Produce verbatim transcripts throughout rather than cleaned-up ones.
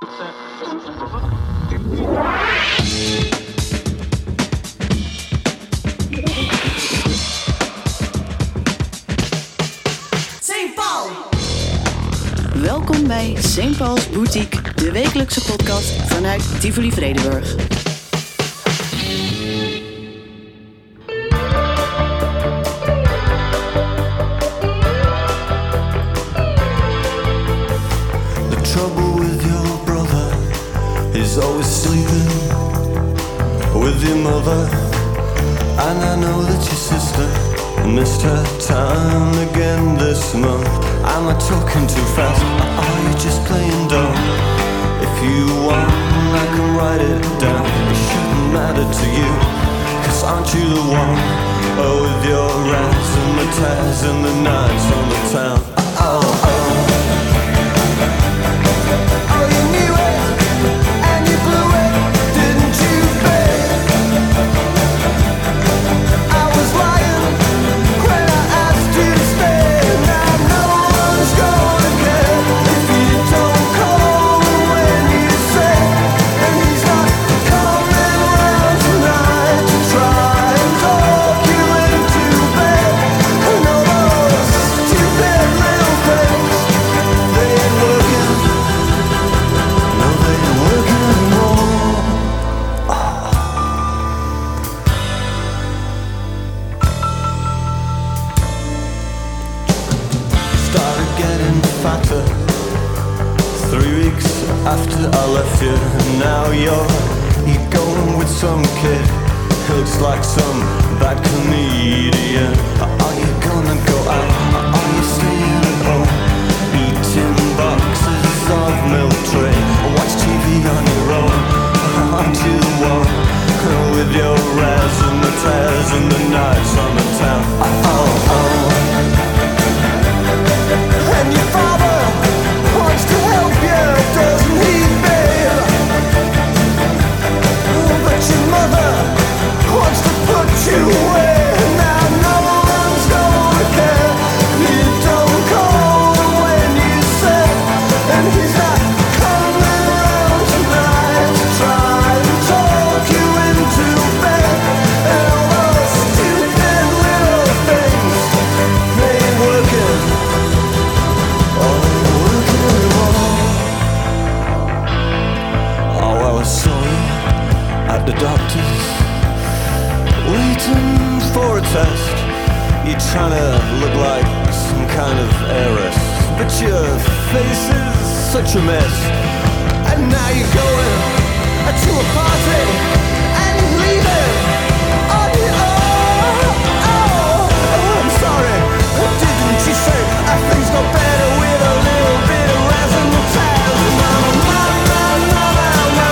Saint Paul. Welkom bij Saint Paul's Boutique, de wekelijkse podcast vanuit Tivoli Vredenburg. He's always sleeping with your mother, and I know that your sister missed her time again this month. Am I talking too fast, or are you just playing dumb? If you want, I can write it down. It shouldn't matter to you, cause aren't you the one? Oh, with your razzmatazz and the nights on the town. Oh, oh. Oh, you knew it. After I left you, now you're you're going with some kid. Looks like some bad comedian. Are you gonna go out? Are you staying at home? Eating boxes of milk tray. Watch T V on your own. Aren't you the one? With your razzmatazz and the nights on the town. Oh, oh. And your father wants to help you, doesn't he, babe? But your mother wants to put you away. Now no one's gonna care. You don't call when you say, and he's not coming around tonight to try and talk you into bed. And all those stupid little things, they ain't working. Oh, I saw you at the doctor's, waiting for a test. You're trying to look like some kind of heiress, but your face is such a mess. And now you're going to a party and leaving on your own. Oh, oh, I'm sorry, didn't you say things got better with a little bit of razzmatazz? Mama, mama, mama.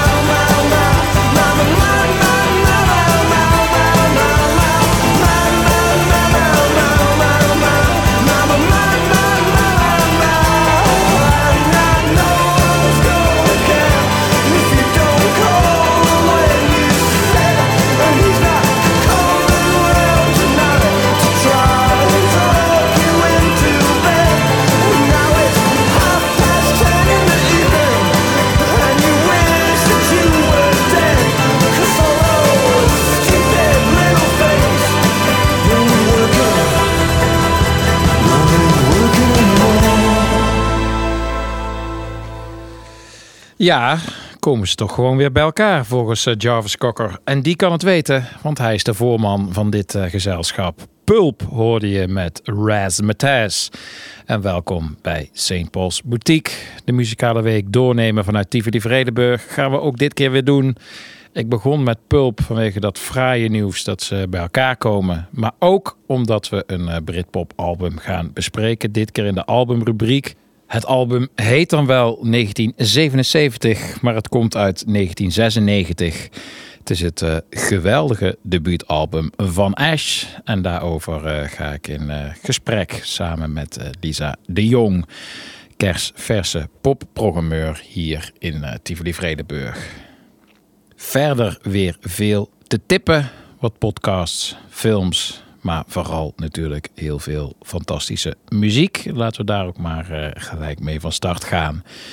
Ja, komen ze toch gewoon weer bij elkaar volgens uh, Jarvis Cocker. En die kan het weten, want hij is de voorman van dit uh, gezelschap. Pulp hoorde je met Razzmatazz. En welkom bij Saint Paul's Boutique. De muzikale week doornemen vanuit Tivoli Vredenburg gaan we ook dit keer weer doen. Ik begon met Pulp vanwege dat fraaie nieuws dat ze bij elkaar komen. Maar ook omdat we een uh, Britpop album gaan bespreken. Dit keer in de albumrubriek. Het album heet dan wel negentien zevenenzeventig, maar het komt uit negentien zesennegentig. Het is het uh, geweldige debuutalbum van Ash. En daarover uh, ga ik in uh, gesprek samen met uh, Lisa de Jong, kersverse popprogrammeur hier in uh, Tivoli Vredenburg. Verder weer veel te tippen, wat podcasts, films, maar vooral natuurlijk heel veel fantastische muziek. Laten we daar ook maar uh, gelijk mee van start gaan.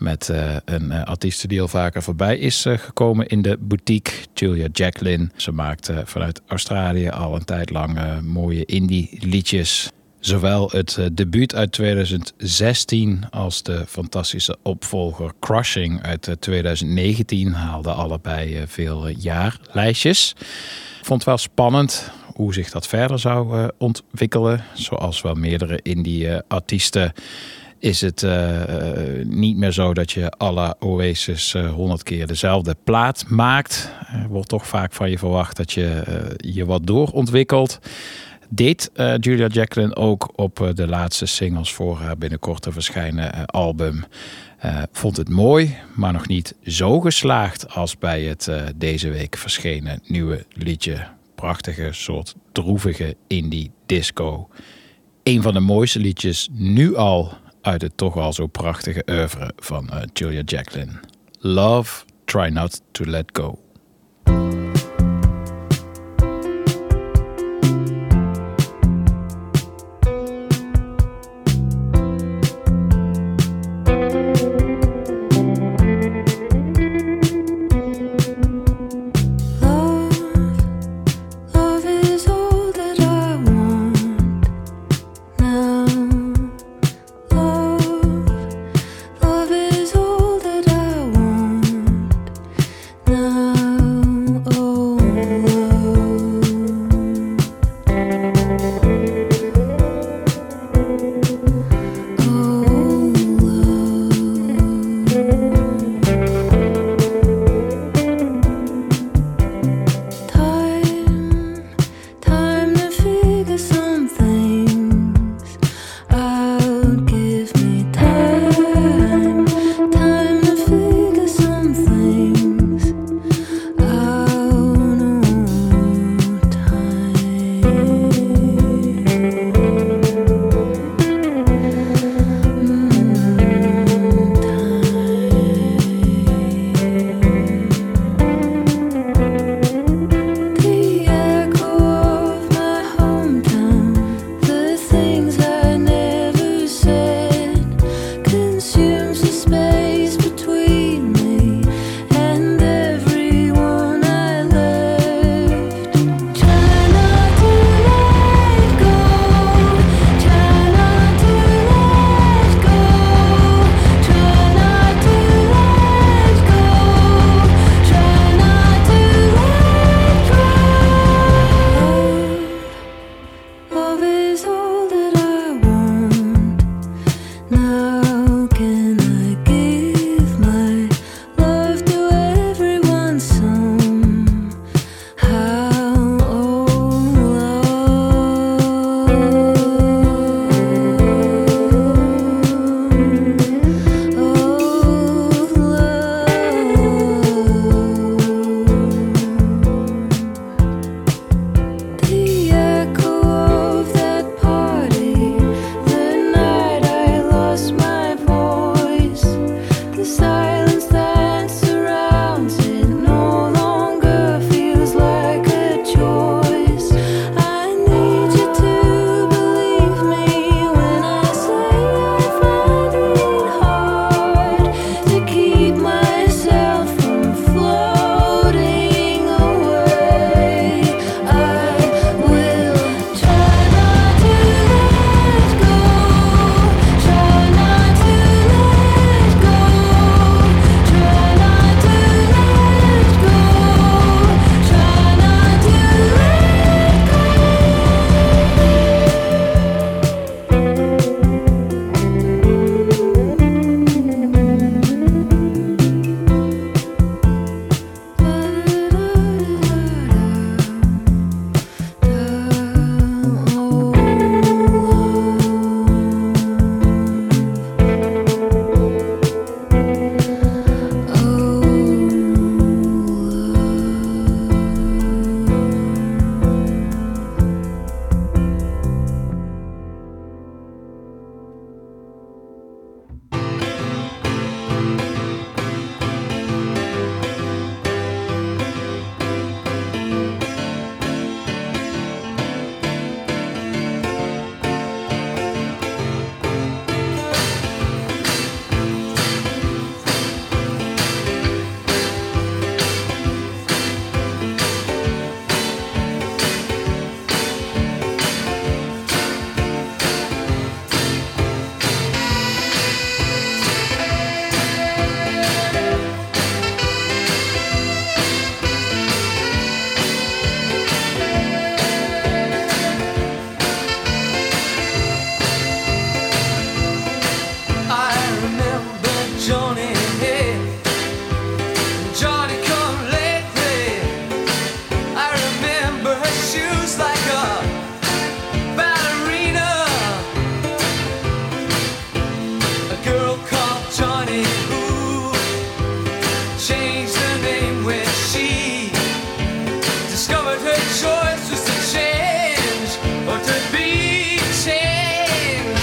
Met uh, een uh, artiest die al vaker voorbij is uh, gekomen in de boutique. Julia Jacklin. Ze maakt uh, vanuit Australië al een tijd lang uh, mooie indie liedjes. Zowel het uh, debuut uit twintig zestien als de fantastische opvolger Crushing uit uh, twintig negentien haalden allebei uh, veel uh, jaarlijstjes. Ik vond het wel spannend hoe zich dat verder zou uh, ontwikkelen. Zoals wel meerdere indie uh, artiesten is het uh, uh, niet meer zo dat je alle Oasis honderd uh, keer dezelfde plaat maakt. Er wordt toch vaak van je verwacht dat je uh, je wat doorontwikkelt. Deed uh, Julia Jacklin ook op uh, de laatste singles voor haar binnenkort te verschijnen uh, album. Uh, vond het mooi, maar nog niet zo geslaagd als bij het uh, deze week verschenen nieuwe liedje. Prachtige soort droevige indie disco. Een van de mooiste liedjes nu al uit het toch al zo prachtige oeuvre van uh, Julia Jacklin. Love, Try Not to Let Go. Johnny. Johnny come lately. I remember her shoes like a ballerina. A girl called Johnny who changed her name when she discovered her choice was to change or to be changed.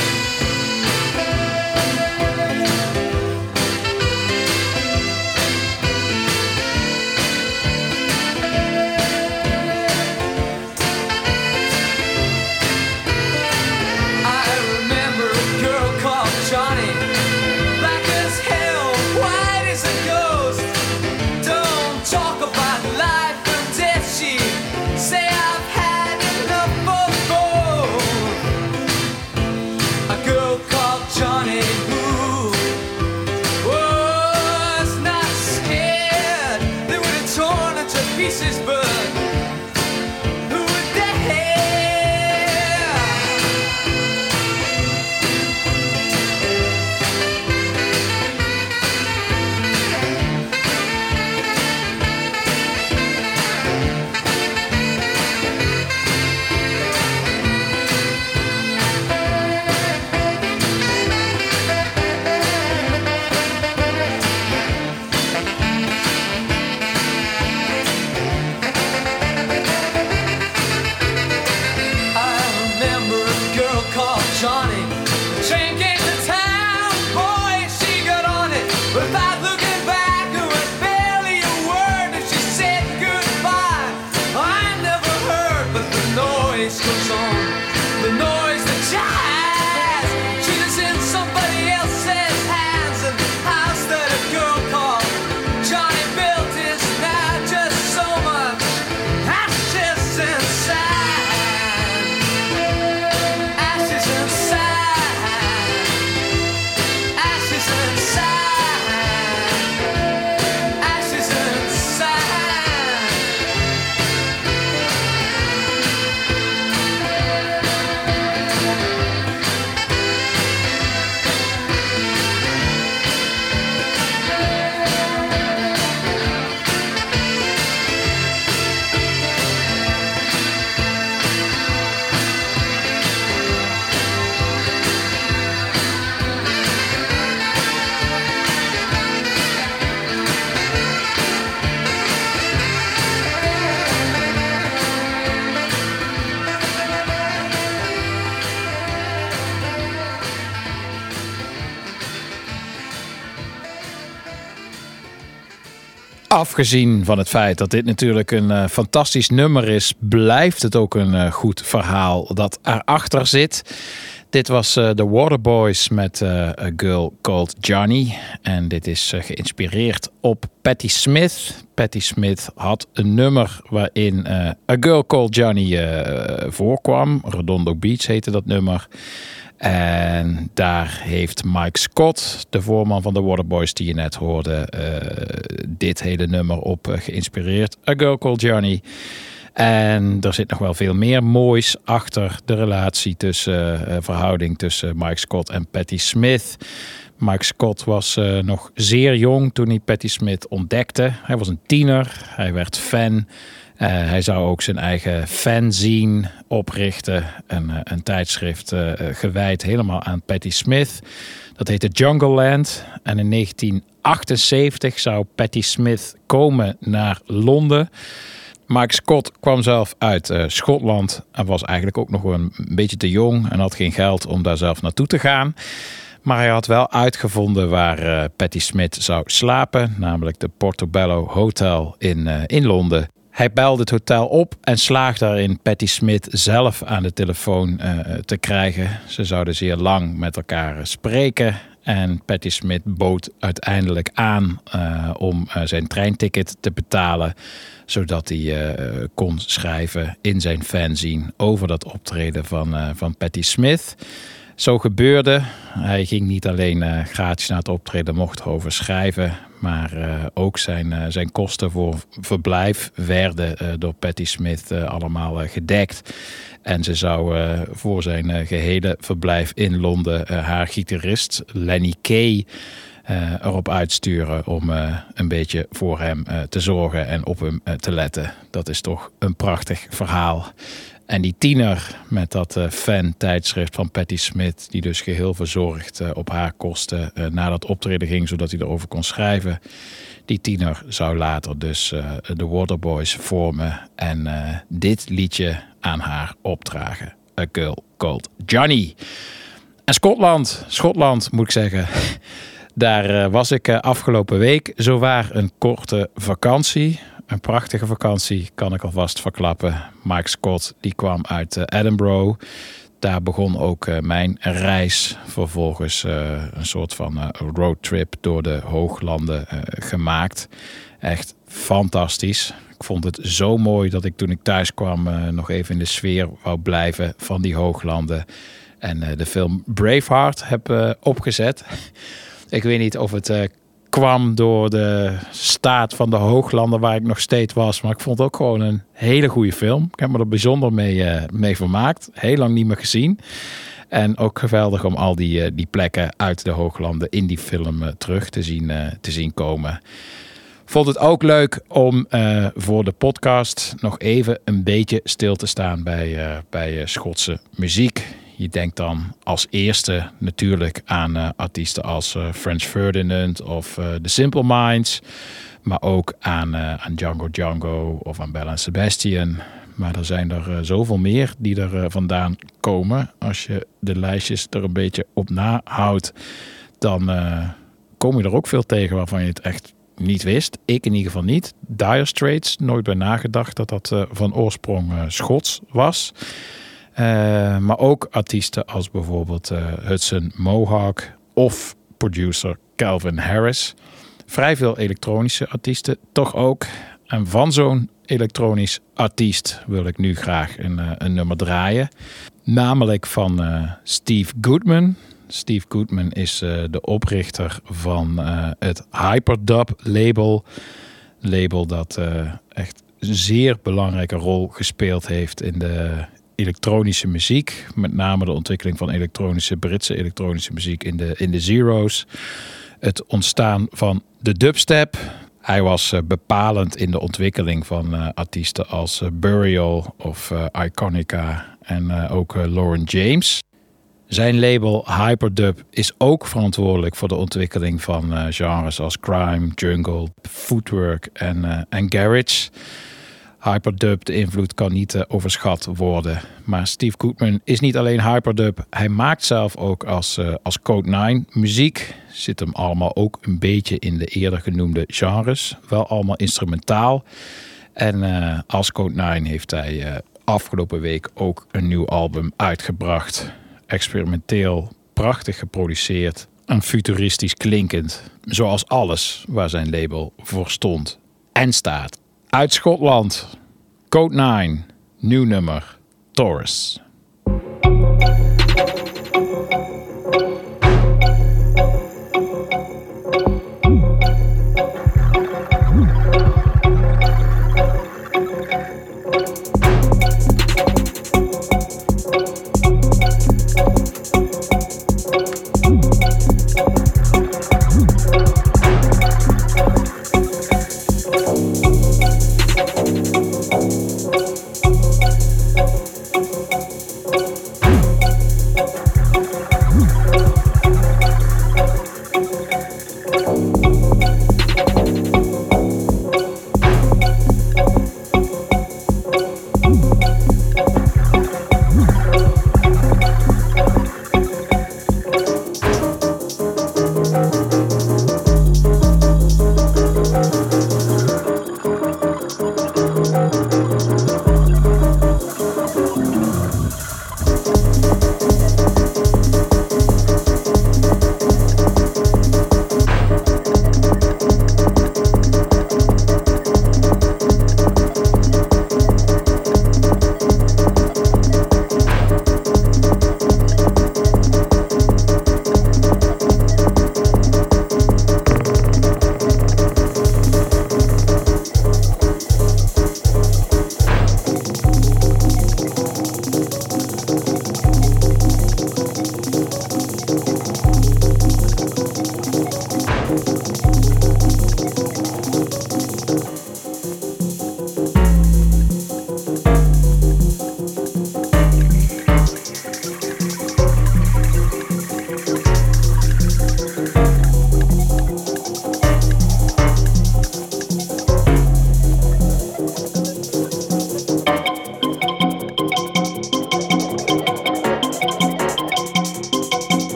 I remember a girl called Johnny, black as hell, white as a ghost. Don't talk about life and death, she say I've had enough of both. A girl called Johnny who was not scared. They would have torn her to pieces, but who would dare? I remember a girl called Johnny. The train came to town, boy, she got on it. Without looking back, it was barely a word, and she said goodbye. I never heard, but the noise goes on. The noise, the jazz. She was in somebody else's hands, and the house that a girl called Johnny built is now just so much ashes and sand. Ashes and sand. Ashes and sand. Ashes and sand. Afgezien van het feit dat dit natuurlijk een uh, fantastisch nummer is, blijft het ook een uh, goed verhaal dat erachter zit. Dit was uh, The Waterboys met uh, A Girl Called Johnny. En dit is uh, geïnspireerd op Patti Smith. Patti Smith had een nummer waarin uh, A Girl Called Johnny uh, voorkwam. Redondo Beach heette dat nummer. En daar heeft Mike Scott, de voorman van de Waterboys die je net hoorde, uh, dit hele nummer op uh, geïnspireerd. A Girl Called Johnny. En er zit nog wel veel meer moois achter de relatie tussen, uh, verhouding tussen Mike Scott en Patti Smith. Mike Scott was uh, nog zeer jong toen hij Patti Smith ontdekte. Hij was een tiener, hij werd fan. Uh, hij zou ook zijn eigen fanzine oprichten. Een, een tijdschrift uh, gewijd helemaal aan Patti Smith. Dat heette Jungle Land. En in negentien achtenzeventig zou Patti Smith komen naar Londen. Mike Scott kwam zelf uit uh, Schotland. En was eigenlijk ook nog een beetje te jong. En had geen geld om daar zelf naartoe te gaan. Maar hij had wel uitgevonden waar uh, Patti Smith zou slapen. Namelijk de Portobello Hotel in, uh, in Londen. Hij belde het hotel op en slaagde erin Patti Smith zelf aan de telefoon uh, te krijgen. Ze zouden zeer lang met elkaar spreken. En Patti Smith bood uiteindelijk aan uh, om uh, zijn treinticket te betalen. Zodat hij uh, kon schrijven in zijn fanzine over dat optreden van, uh, van Patti Smith. Zo gebeurde. Hij ging niet alleen uh, gratis naar het optreden, mocht erover schrijven. Maar uh, ook zijn, uh, zijn kosten voor verblijf werden uh, door Patti Smith uh, allemaal uh, gedekt. En ze zou uh, voor zijn uh, gehele verblijf in Londen uh, haar gitarist Lenny Kaye uh, erop uitsturen om uh, een beetje voor hem uh, te zorgen en op hem uh, te letten. Dat is toch een prachtig verhaal. En die tiener met dat uh, fan-tijdschrift van Patti Smith, die dus geheel verzorgd uh, op haar kosten uh, na dat optreden ging, zodat hij erover kon schrijven. Die tiener zou later dus uh, de Waterboys vormen en uh, dit liedje aan haar opdragen. A Girl Called Johnny. En Schotland, Schotland moet ik zeggen, daar uh, was ik uh, afgelopen week zowaar een korte vakantie. Een prachtige vakantie, kan ik alvast verklappen. Mike Scott die kwam uit uh, Edinburgh. Daar begon ook uh, mijn reis. Vervolgens uh, een soort van uh, roadtrip door de hooglanden uh, gemaakt. Echt fantastisch. Ik vond het zo mooi dat ik toen ik thuis kwam uh, nog even in de sfeer wou blijven van die hooglanden. En uh, de film Braveheart heb uh, opgezet. Ik weet niet of het uh, kwam door de staat van de hooglanden waar ik nog steeds was. Maar ik vond het ook gewoon een hele goede film. Ik heb me er bijzonder mee, uh, mee vermaakt. Heel lang niet meer gezien. En ook geweldig om al die, uh, die plekken uit de hooglanden in die film uh, terug te zien, uh, te zien komen. Vond het ook leuk om uh, voor de podcast nog even een beetje stil te staan bij, uh, bij uh, Schotse muziek. Je denkt dan als eerste natuurlijk aan uh, artiesten als uh, Franz Ferdinand of uh, The Simple Minds. Maar ook aan, uh, aan Django Django of aan Belle en Sebastian. Maar er zijn er uh, zoveel meer die er uh, vandaan komen. Als je de lijstjes er een beetje op nahoudt, dan uh, kom je er ook veel tegen waarvan je het echt niet wist. Ik in ieder geval niet. Dire Straits, nooit bij nagedacht dat dat uh, van oorsprong uh, Schots was. Uh, maar ook artiesten als bijvoorbeeld uh, Hudson Mohawk of producer Calvin Harris. Vrij veel elektronische artiesten toch ook. En van zo'n elektronisch artiest wil ik nu graag een, uh, een nummer draaien. Namelijk van uh, Steve Goodman. Steve Goodman is uh, de oprichter van uh, het Hyperdub label. Label dat uh, echt een zeer belangrijke rol gespeeld heeft in de elektronische muziek. Met name de ontwikkeling van elektronische, Britse elektronische muziek in de, in de zero's. Het ontstaan van de dubstep. Hij was uh, bepalend in de ontwikkeling van uh, artiesten als uh, Burial of uh, Iconica en uh, ook uh, Lauren James. Zijn label Hyperdub is ook verantwoordelijk voor de ontwikkeling van uh, genres als crime, jungle, footwork en, uh, en garage. Hyperdub, de invloed kan niet uh, overschat worden. Maar Steve Goodman is niet alleen hyperdub. Hij maakt zelf ook als, uh, als Code nine muziek. Zit hem allemaal ook een beetje in de eerder genoemde genres. Wel allemaal instrumentaal. En uh, als Code nine heeft hij uh, afgelopen week ook een nieuw album uitgebracht. Experimenteel, prachtig geproduceerd en futuristisch klinkend. Zoals alles waar zijn label voor stond en staat. Uit Schotland, Code nine, nieuw nummer, Taurus.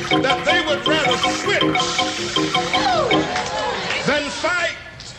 that they would rather switch than fight.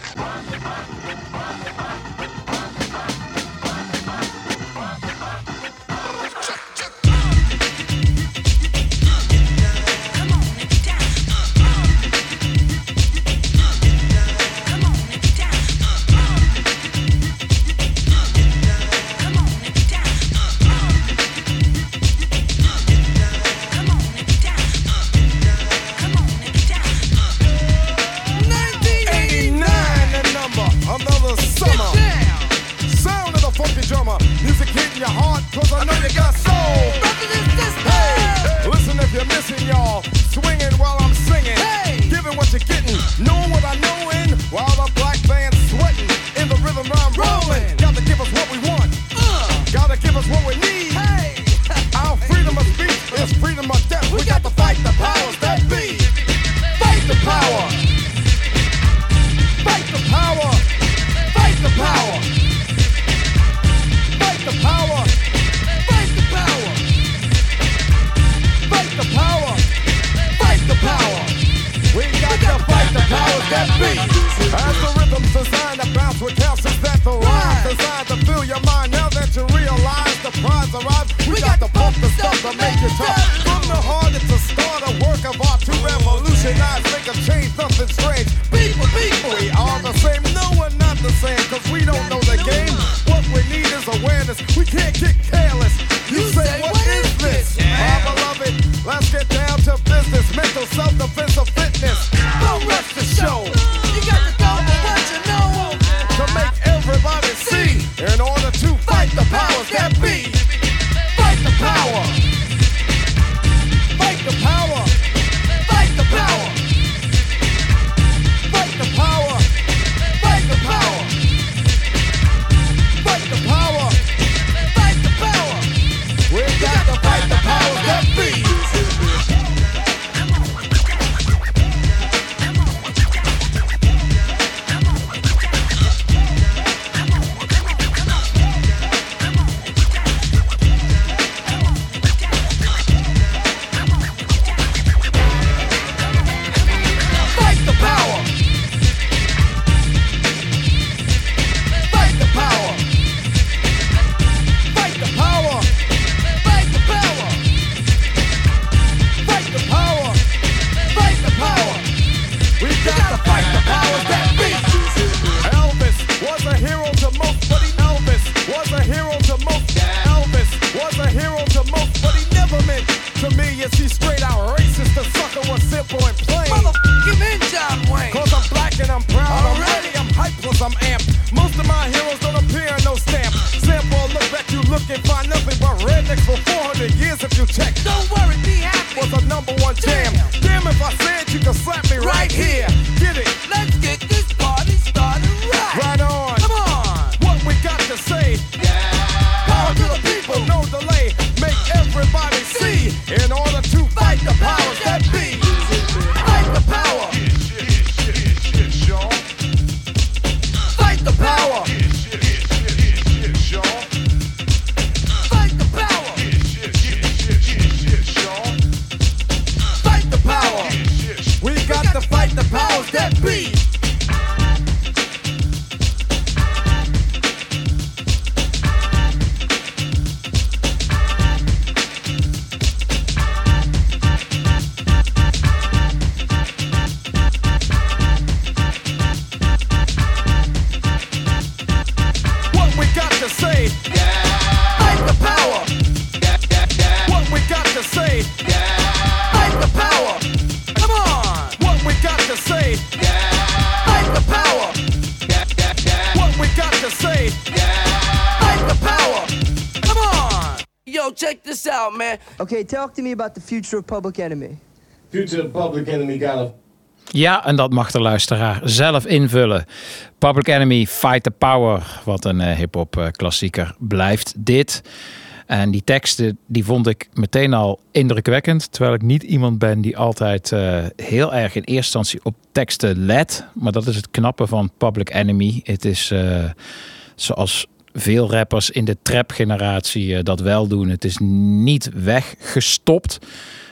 check this out, man. Okay, talk to me about the future of Public Enemy. Future of Public Enemy got a... Ja, en dat mag de luisteraar zelf invullen. Public Enemy, Fight the Power. Wat een uh, hip-hop uh, klassieker blijft dit. En die teksten die vond ik meteen al indrukwekkend. Terwijl ik niet iemand ben die altijd uh, heel erg in eerste instantie op teksten let. Maar dat is het knappe van Public Enemy. Het is uh, zoals veel rappers in de trap-generatie uh, dat wel doen. Het is niet weggestopt.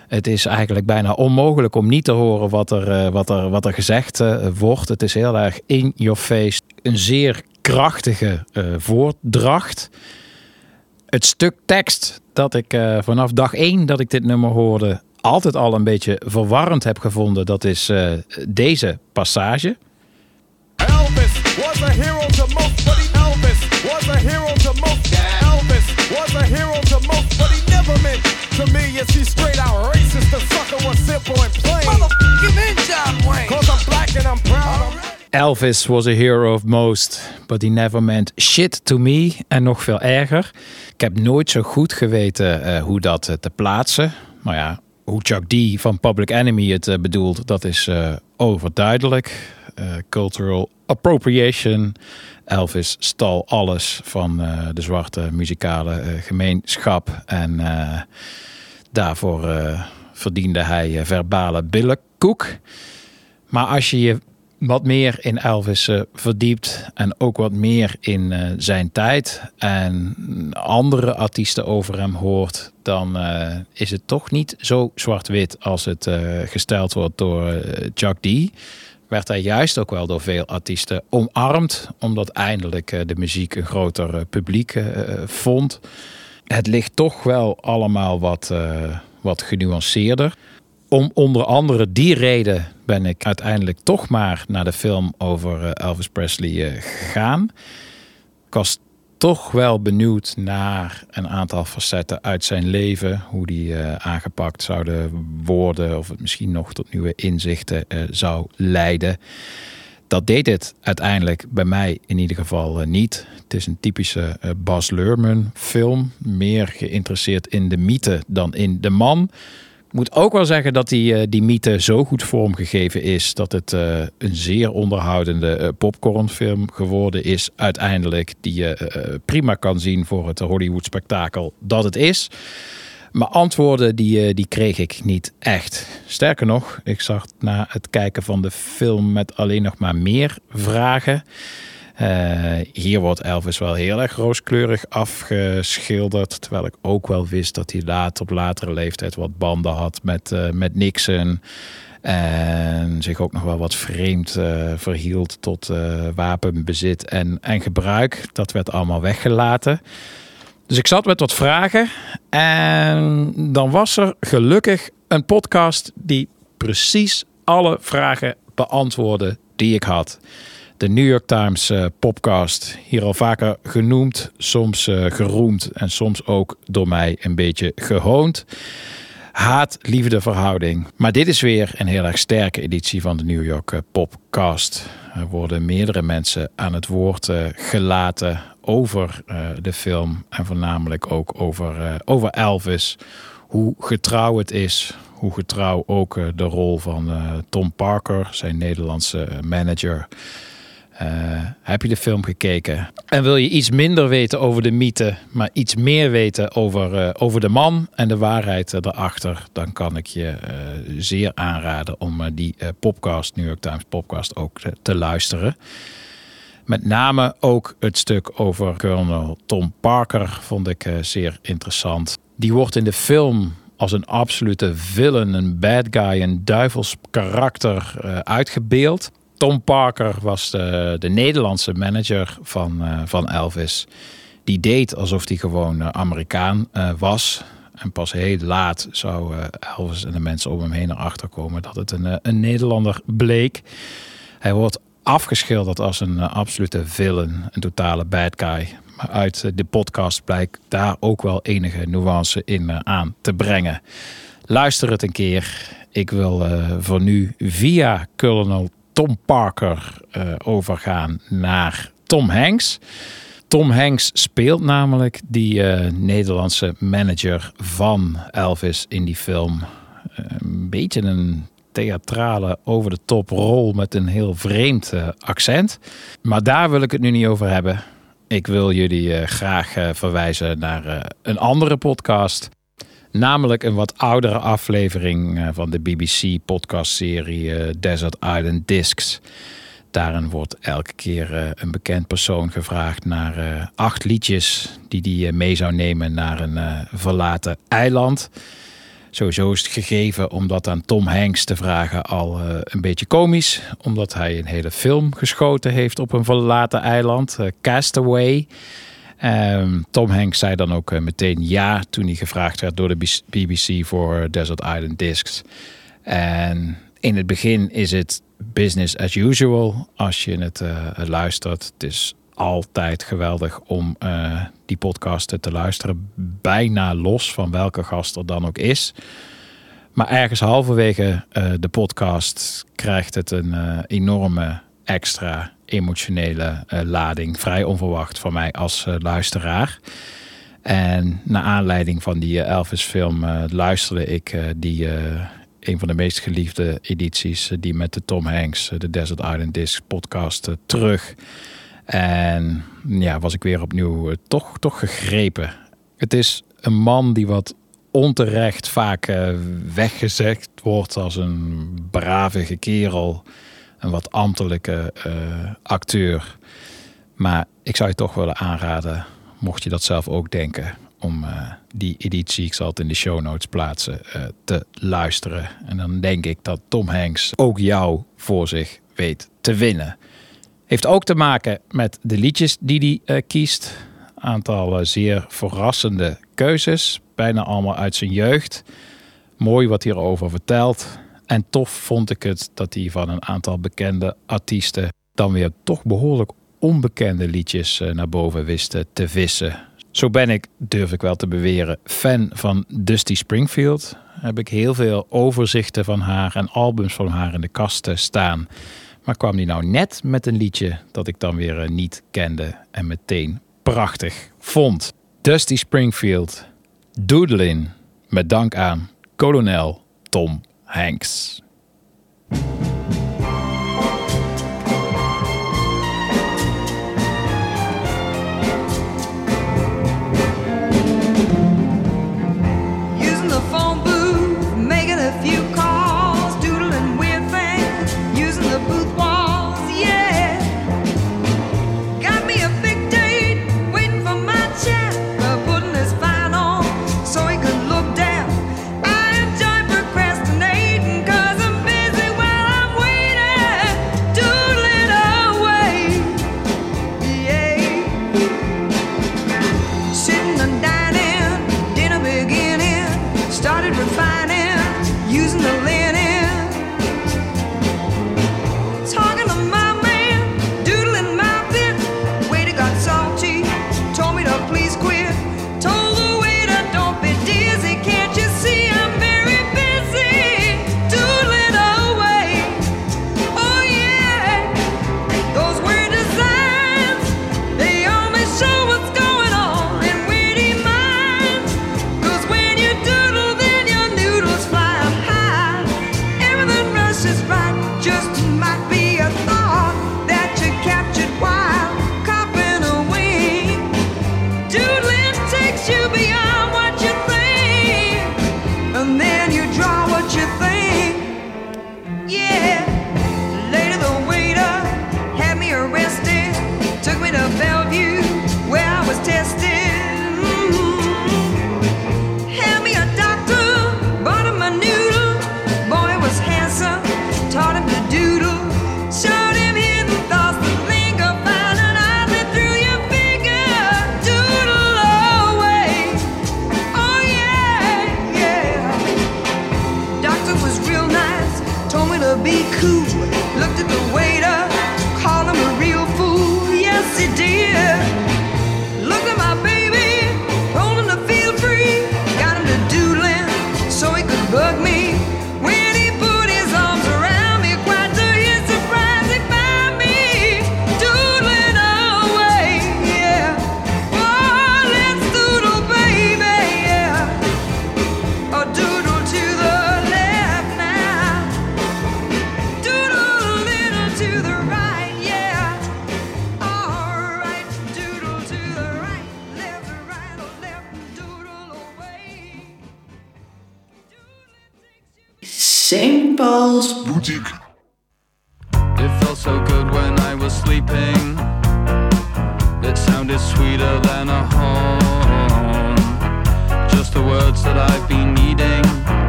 Het is eigenlijk bijna onmogelijk om niet te horen wat er, uh, wat er, wat er gezegd uh, wordt. Het is heel erg in your face. Een zeer krachtige uh, voordracht. Het stuk tekst dat ik uh, vanaf dag één dat ik dit nummer hoorde altijd al een beetje verwarrend heb gevonden, dat is uh, deze passage. Elvis was a hero to most, but he Elvis was a hero to most. Elvis was a hero to most, but he never meant to me. Yes, he's straight out racist. The sucker was simple and plain. Motherfucking in John Wayne. Cause I'm black and I'm proud. Elvis was a hero of most, but he never meant shit to me. En nog veel erger. Ik heb nooit zo goed geweten uh, hoe dat uh, te plaatsen. Maar ja, hoe Chuck D van Public Enemy het uh, bedoelt, dat is uh, overduidelijk. Uh, cultural appropriation. Elvis stal alles van uh, de zwarte muzikale uh, gemeenschap. En uh, daarvoor uh, verdiende hij uh, verbale billenkoek. Maar als je je wat meer in Elvis uh, verdiept en ook wat meer in uh, zijn tijd en andere artiesten over hem hoort, dan uh, is het toch niet zo zwart-wit als het uh, gesteld wordt door uh, Chuck D. Werd hij juist ook wel door veel artiesten omarmd, omdat eindelijk uh, de muziek een groter uh, publiek uh, vond. Het ligt toch wel allemaal wat, uh, wat genuanceerder. Om onder andere die reden ben ik uiteindelijk toch maar naar de film over uh, Elvis Presley uh, gegaan. Ik was toch wel benieuwd naar een aantal facetten uit zijn leven. Hoe die uh, aangepakt zouden worden. Of het misschien nog tot nieuwe inzichten uh, zou leiden. Dat deed het uiteindelijk bij mij in ieder geval uh, niet. Het is een typische uh, Baz Luhrmann film. Meer geïnteresseerd in de mythe dan in de man. Ik moet ook wel zeggen dat die, uh, die mythe zo goed vormgegeven is dat het uh, een zeer onderhoudende uh, popcornfilm geworden is uiteindelijk. Die je uh, prima kan zien voor het Hollywood spektakel dat het is. Maar antwoorden die, uh, die kreeg ik niet echt. Sterker nog, ik zag na het kijken van de film met alleen nog maar meer vragen. Uh, hier wordt Elvis wel heel erg rooskleurig afgeschilderd. Terwijl ik ook wel wist dat hij later, op latere leeftijd wat banden had met, uh, met Nixon. En zich ook nog wel wat vreemd uh, verhield tot uh, wapenbezit en, en gebruik. Dat werd allemaal weggelaten. Dus ik zat met wat vragen. En dan was er gelukkig een podcast die precies alle vragen beantwoordde die ik had. De New York Times uh, podcast, hier al vaker genoemd, soms uh, geroemd en soms ook door mij een beetje gehoond. Haat-liefde verhouding. Maar dit is weer een heel erg sterke editie van de New York uh, podcast. Er worden meerdere mensen aan het woord uh, gelaten over uh, de film en voornamelijk ook over, uh, over Elvis. Hoe getrouw het is, hoe getrouw ook uh, de rol van uh, Tom Parker, zijn Nederlandse uh, manager. Uh, heb je de film gekeken? En wil je iets minder weten over de mythe, maar iets meer weten over, uh, over de man en de waarheid uh, erachter, dan kan ik je uh, zeer aanraden om uh, die uh, podcast, New York Times podcast, ook uh, te luisteren. Met name ook het stuk over Colonel Tom Parker vond ik uh, zeer interessant. Die wordt in de film als een absolute villain, een bad guy, een duivels karakter uh, uitgebeeld. Tom Parker was de, de Nederlandse manager van, uh, van Elvis. Die deed alsof hij gewoon uh, Amerikaan uh, was. En pas heel laat zou uh, Elvis en de mensen om hem heen erachter komen dat het een, uh, een Nederlander bleek. Hij wordt afgeschilderd als een uh, absolute villain, een totale bad guy. Maar uit uh, de podcast blijkt daar ook wel enige nuance in uh, aan te brengen. Luister het een keer. Ik wil uh, voor nu via Colonel Tom Parker uh, overgaan naar Tom Hanks. Tom Hanks speelt namelijk die uh, Nederlandse manager van Elvis in die film. Uh, een beetje een theatrale over de top rol met een heel vreemd uh, accent. Maar daar wil ik het nu niet over hebben. Ik wil jullie uh, graag uh, verwijzen naar uh, een andere podcast. Namelijk een wat oudere aflevering van de B B C podcastserie Desert Island Discs. Daarin wordt elke keer een bekend persoon gevraagd naar acht liedjes die hij mee zou nemen naar een verlaten eiland. Sowieso is het gegeven om dat aan Tom Hanks te vragen al uh, een beetje komisch. Omdat hij een hele film geschoten heeft op een verlaten eiland. Uh, Castaway. Um, Tom Hanks zei dan ook uh, meteen ja toen hij gevraagd werd door de B B C voor Desert Island Discs. En in het begin is het business as usual als je het uh, luistert. Het is altijd geweldig om uh, die podcasten te luisteren. Bijna los van welke gast er dan ook is. Maar ergens halverwege uh, de podcast krijgt het een uh, enorme extra emotionele uh, lading. Vrij onverwacht van mij als uh, luisteraar. En naar aanleiding van die uh, Elvis film uh, luisterde ik uh, die... Uh, een van de meest geliefde edities, uh, die met de Tom Hanks, uh, de Desert Island Discs podcast uh, terug. En ja, was ik weer opnieuw uh, toch, toch gegrepen. Het is een man die wat onterecht vaak uh, weggezegd wordt als een bravige kerel. Een wat ambtelijke uh, acteur. Maar ik zou je toch willen aanraden, mocht je dat zelf ook denken, om uh, die editie, ik zal het in de show notes plaatsen, uh, te luisteren. En dan denk ik dat Tom Hanks ook jou voor zich weet te winnen. Heeft ook te maken met de liedjes die hij uh, kiest. Aantal uh, zeer verrassende keuzes. Bijna allemaal uit zijn jeugd. Mooi wat hij erover vertelt. En tof vond ik het dat hij van een aantal bekende artiesten dan weer toch behoorlijk onbekende liedjes uh, naar boven wist uh, te vissen. Zo ben ik, durf ik wel te beweren, fan van Dusty Springfield. Heb ik heel veel overzichten van haar en albums van haar in de kast staan. Maar kwam die nou net met een liedje dat ik dan weer uh, niet kende en meteen prachtig vond. Dusty Springfield, Doodlin', met dank aan kolonel Tom Hanks. Saint Paul's Boutique. It felt so good when I was sleeping. It sounded sweeter than a horn. Just the words that I've been needing.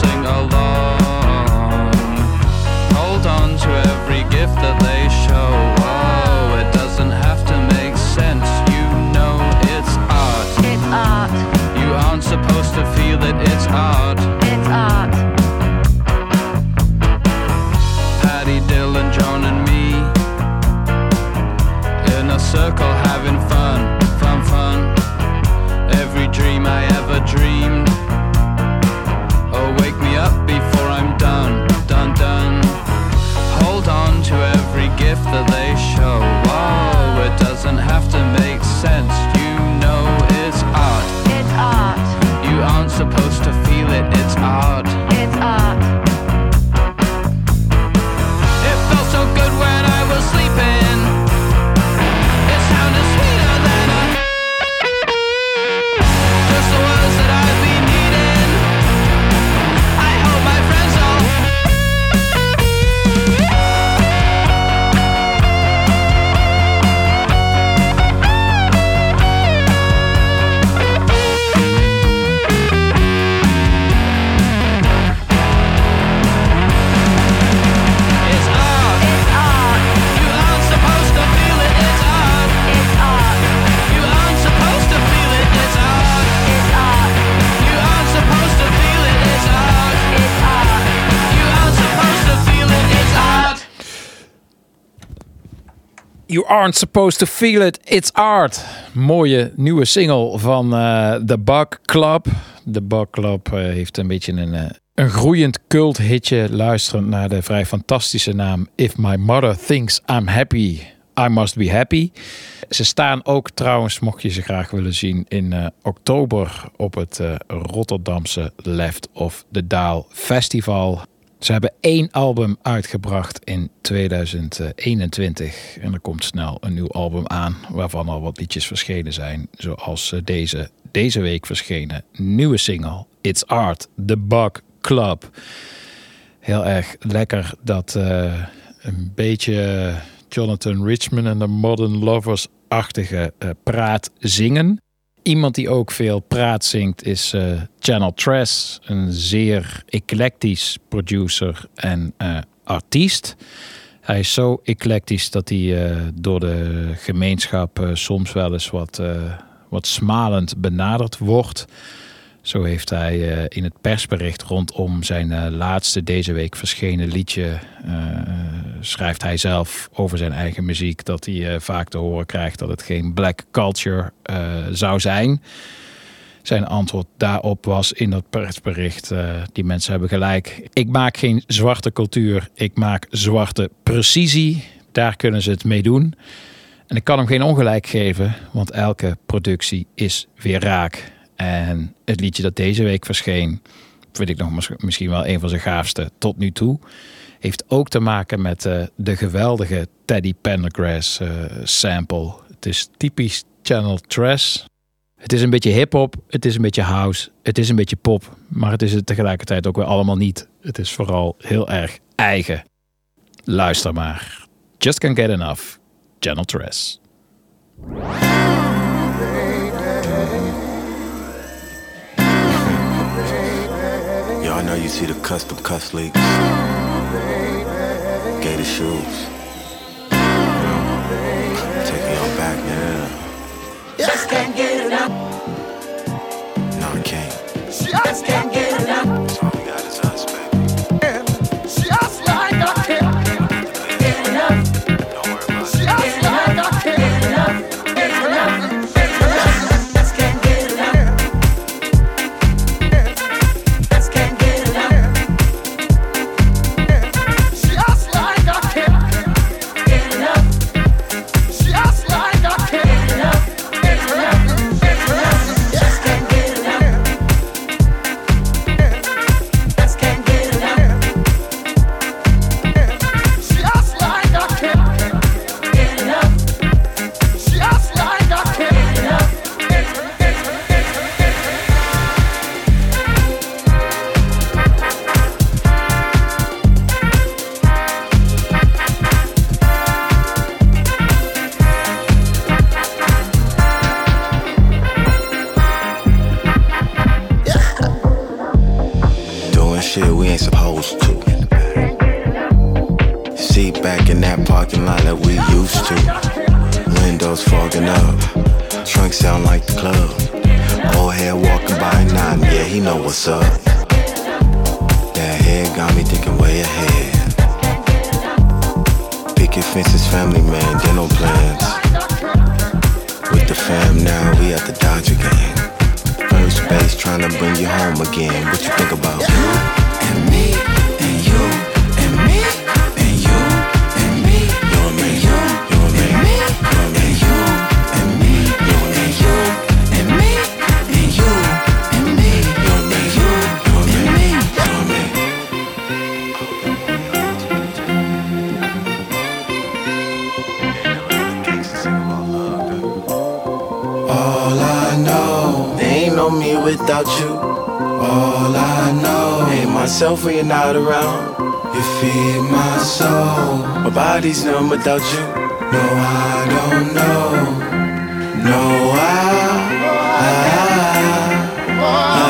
sing along. Hold on to every gift that they show. Oh, it doesn't have to make sense. You know it's art. It's art. You aren't supposed to feel it. It's art. It's art. Paddy, Dylan, John and me in a circle having fun, fun, fun. Every dream I ever dreamed. Oh, wake me up before I'm done, done, done. Hold on to every gift that they show. Oh, it doesn't have to make sense. You know it's art. It's art. You aren't supposed to feel it. It's art. It's art. It felt so good when I was sleeping. It sounded sweeter than a just the words that I've been needing. I hope my friends all it's art. It's art. You aren't supposed to feel it. It's art. It's art. You aren't supposed to feel it. It's art. It's art. You aren't supposed to feel it. It's art. It's art. You aren't supposed to feel it. It's art. You aren't supposed to feel it, it's art. Mooie nieuwe single van uh, The Bug Club. The Bug Club uh, heeft een beetje een, uh, een groeiend culthitje. Luisterend naar de vrij fantastische naam If My Mother Thinks I'm Happy, I Must Be Happy. Ze staan ook trouwens, mocht je ze graag willen zien, in uh, oktober op het uh, Rotterdamse Left of the Dial Festival. Ze hebben één album uitgebracht in tweeduizend eenentwintig. En er komt snel een nieuw album aan, waarvan al wat liedjes verschenen zijn. Zoals deze, deze week verschenen nieuwe single, It's Art, The Bug Club. Heel erg lekker dat uh, een beetje Jonathan Richman en de Modern Lovers-achtige uh, praat zingen. Iemand die ook veel praat zingt is uh, Channel Tres, een zeer eclectisch producer en uh, artiest. Hij is zo eclectisch dat hij uh, door de gemeenschap uh, soms wel eens wat, uh, wat smalend benaderd wordt. Zo heeft hij uh, in het persbericht rondom zijn uh, laatste deze week verschenen liedje, Uh, schrijft hij zelf over zijn eigen muziek dat hij uh, vaak te horen krijgt dat het geen black culture uh, zou zijn. Zijn antwoord daarop was in dat persbericht, uh, die mensen hebben gelijk. Ik maak geen zwarte cultuur, ik maak zwarte precisie. Daar kunnen ze het mee doen. En ik kan hem geen ongelijk geven, want elke productie is weer raak. En het liedje dat deze week verscheen, vind ik nog misschien wel een van zijn gaafste tot nu toe. Heeft ook te maken met uh, de geweldige Teddy Pendergrass uh, sample. Het is typisch Channel Tres. Het is een beetje hip-hop, het is een beetje house, het is een beetje pop. Maar het is het tegelijkertijd ook weer allemaal niet. Het is vooral heel erg eigen. Luister maar. Just Can't Get Enough. Channel Tres. Yo, I know you see the custom cuff leaks. Gator shoes. You know, taking you back now. Just can't get enough. No, I can't. Just can't get enough. That's all we got is us, baby. Just like I can't get enough. Don't worry about it. Just like I can't get enough. Get enough. Get enough. Just can't get enough. Just can't get enough. Just like I can't get enough. Just like I can't get enough. Get enough. Get enough. Just can't get enough. ain't supposed to. Seat back in that parking lot that we used to. Windows fogging up, trunk sound like the club. Old head walking by nine, yeah, he know what's up. That head got me thinking way ahead. Picket fences, family man, dental plans. With the fam now, we at the Dodger game. First base trying to bring you home again. What you think about you and me and you and me and you and me, you and me, you, you and me, me, you and me, you and me, you and me, you and me and you and me, you and me, you, you and me, you and me. All I know, they ain't no me without you. All I know, ain't myself when you're not around. You feed my soul, my body's numb without you. No, I don't know. No, I, I, I,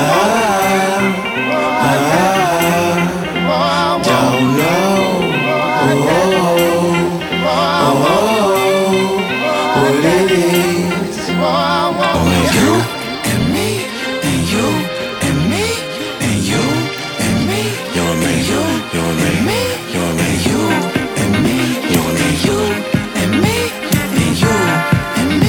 I, I don't know. Oh, oh, oh, what it is. Only you and me and you and me and you and me. You and me, you, you and me, you and me, you and me, you and me, you and me and you and me.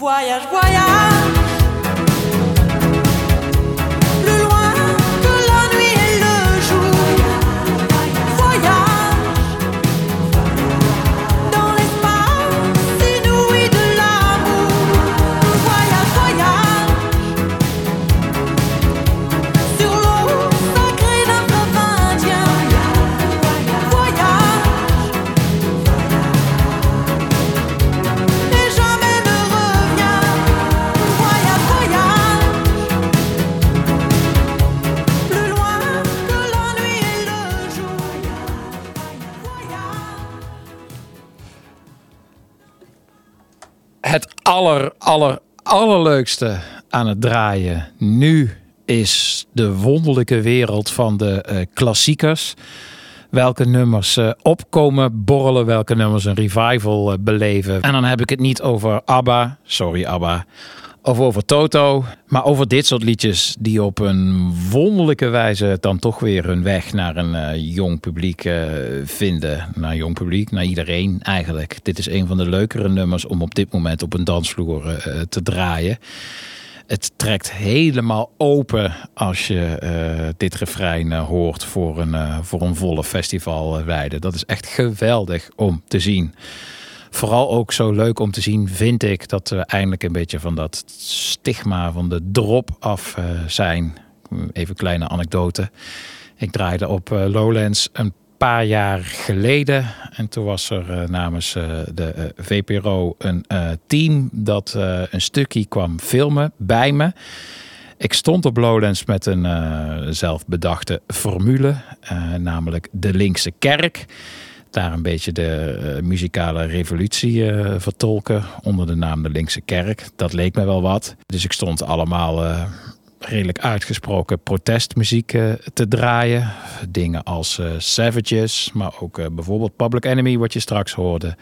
Voyage, voyage, plus loin que la nuit et le jour. Voyage, dans l'espace inouï de l'amour. Voyage, voyage, sur l'eau sacrée d'un fleuve indien. Voyage, et jamais ne revient. Voyage, voyage, plus loin que la nuit et le jour. Het aller, aller, allerleukste aan het draaien nu is de wonderlijke wereld van de uh, klassiekers. Welke nummers uh, opkomen borrelen, welke nummers een revival uh, beleven. En dan heb ik het niet over ABBA, sorry ABBA, of over Toto, maar over dit soort liedjes die op een wonderlijke wijze dan toch weer hun weg naar een uh, jong publiek uh, vinden. Naar jong publiek, naar iedereen eigenlijk. Dit is een van de leukere nummers om op dit moment op een dansvloer uh, te draaien. Het trekt helemaal open als je uh, dit refrein uh, hoort voor een, uh, voor een volle festivalweide. Dat is echt geweldig om te zien. Vooral ook zo leuk om te zien, vind ik, dat we eindelijk een beetje van dat stigma van de drop af uh, zijn. Even een kleine anekdote. Ik draaide op uh, Lowlands een paar jaar geleden. En toen was er uh, namens uh, de uh, V P R O een uh, team dat uh, een stukje kwam filmen bij me. Ik stond op Lowlands met een uh, zelfbedachte formule, uh, namelijk de linkse kerk. Daar een beetje de uh, muzikale revolutie uh, vertolken onder de naam de linkse kerk. Dat leek me wel wat. Dus ik stond allemaal uh, redelijk uitgesproken protestmuziek uh, te draaien. Dingen als uh, Savages, maar ook uh, bijvoorbeeld Public Enemy, wat je straks hoorde.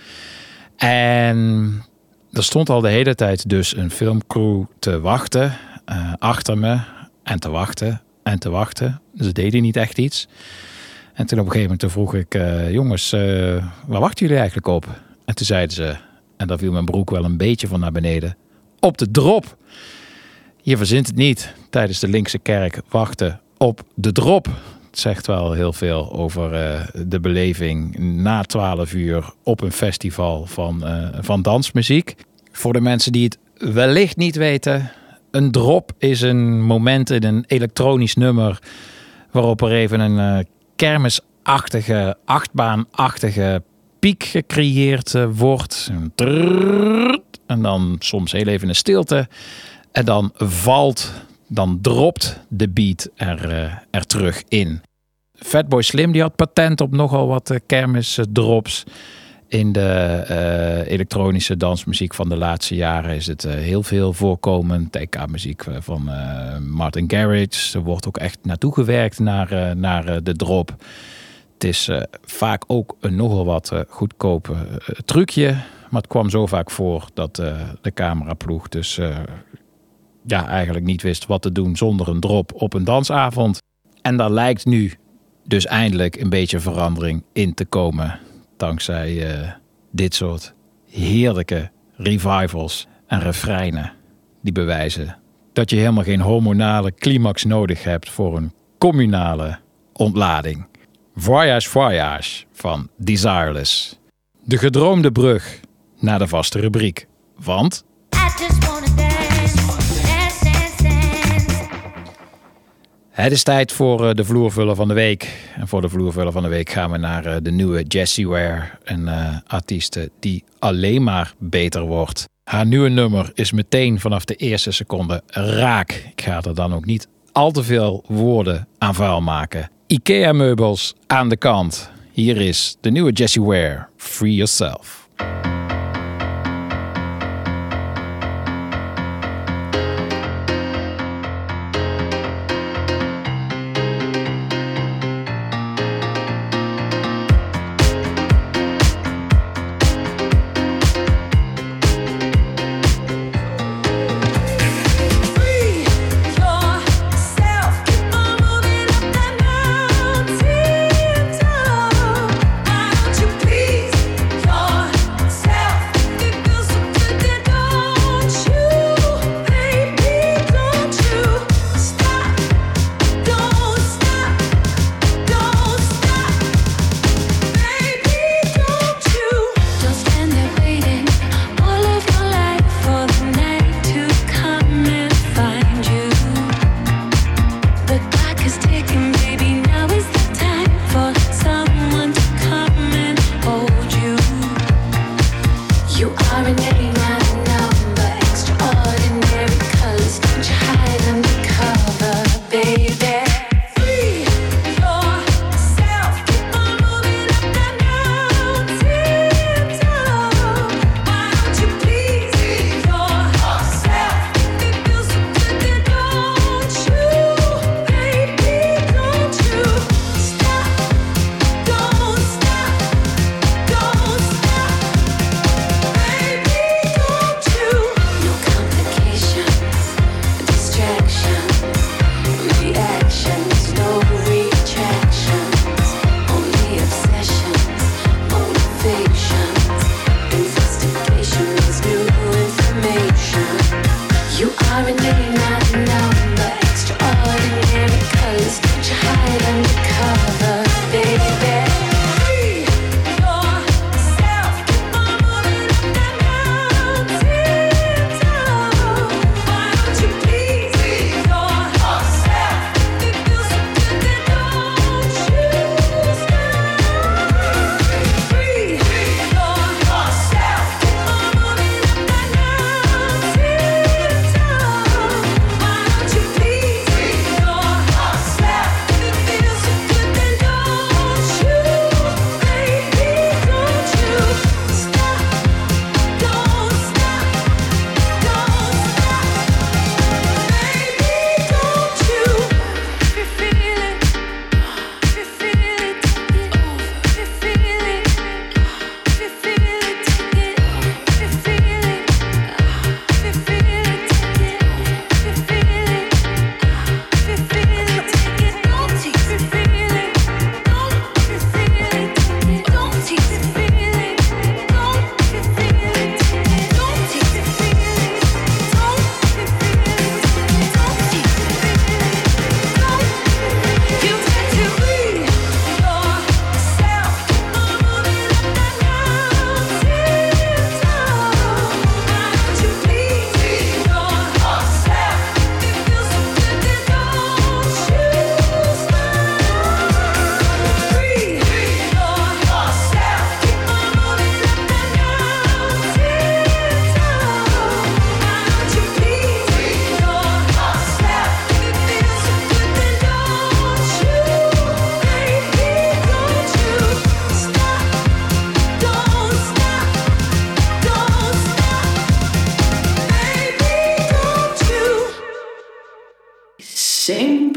En er stond al de hele tijd dus een filmcrew te wachten, uh, achter me en te wachten en te wachten. Ze deden niet echt iets. En toen op een gegeven moment vroeg ik, uh, jongens, uh, waar wachten jullie eigenlijk op? En toen zeiden ze, en daar viel mijn broek wel een beetje van naar beneden, op de drop. Je verzint het niet, tijdens de linkse kerk wachten op de drop. Het zegt wel heel veel over uh, de beleving na twaalf uur op een festival van, uh, van dansmuziek. Voor de mensen die het wellicht niet weten, een drop is een moment in een elektronisch nummer waarop er even een uh, kermisachtige, achtbaanachtige piek gecreëerd uh, wordt. Een trrrr, en dan soms heel even een stilte. En dan valt, dan dropt de beat er, uh, er terug in. Fatboy Slim die had patent op nogal wat uh, kermisdrops. In de uh, elektronische dansmuziek van de laatste jaren is het uh, heel veel voorkomend. T K-muziek van uh, Martin Garrix. Er wordt ook echt naartoe gewerkt naar, uh, naar uh, de drop. Het is uh, vaak ook een nogal wat uh, goedkope uh, trucje. Maar het kwam zo vaak voor dat uh, de cameraploeg dus uh, ja, eigenlijk niet wist wat te doen zonder een drop op een dansavond. En daar lijkt nu dus eindelijk een beetje verandering in te komen. Dankzij uh, dit soort heerlijke revivals en refreinen die bewijzen dat je helemaal geen hormonale climax nodig hebt voor een communale ontlading. Voyage, voyage van Desireless. De gedroomde brug naar de vaste rubriek. Want het is tijd voor de vloervuller van de week. En voor de vloervuller van de week gaan we naar de nieuwe Jessie Ware. Een uh, artieste die alleen maar beter wordt. Haar nieuwe nummer is meteen vanaf de eerste seconde raak. Ik ga er dan ook niet al te veel woorden aan vuil maken. IKEA meubels aan de kant. Hier is de nieuwe Jessie Ware. Free Yourself. Yourself.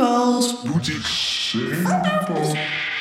Paul's Boutique. Saint Paul.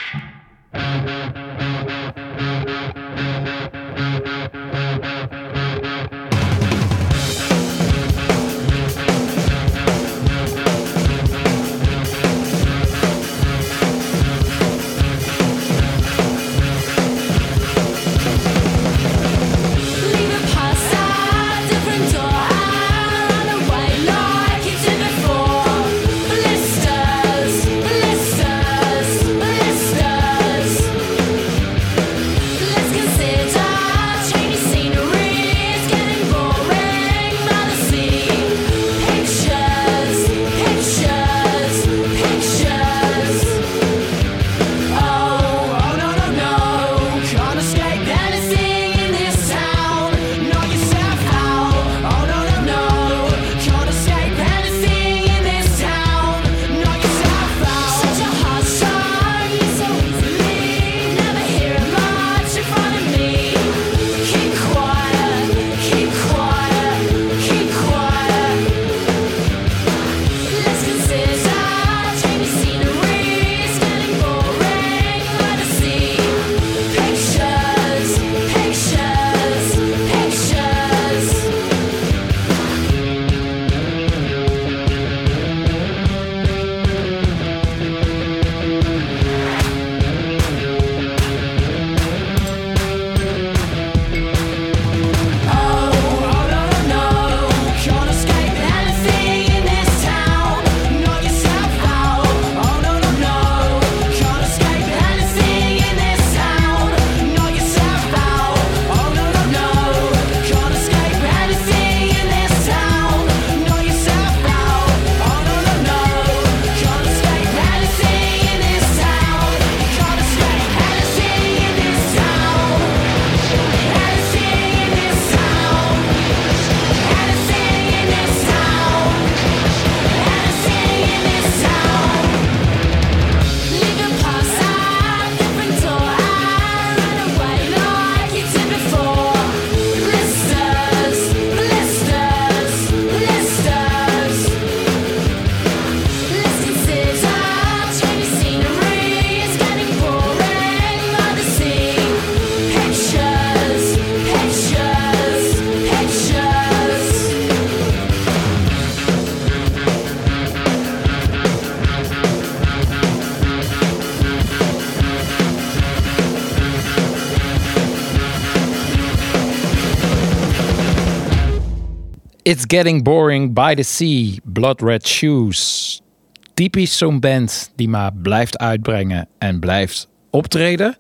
It's Getting Boring by the Sea, Blood Red Shoes. Typisch zo'n band die maar blijft uitbrengen en blijft optreden.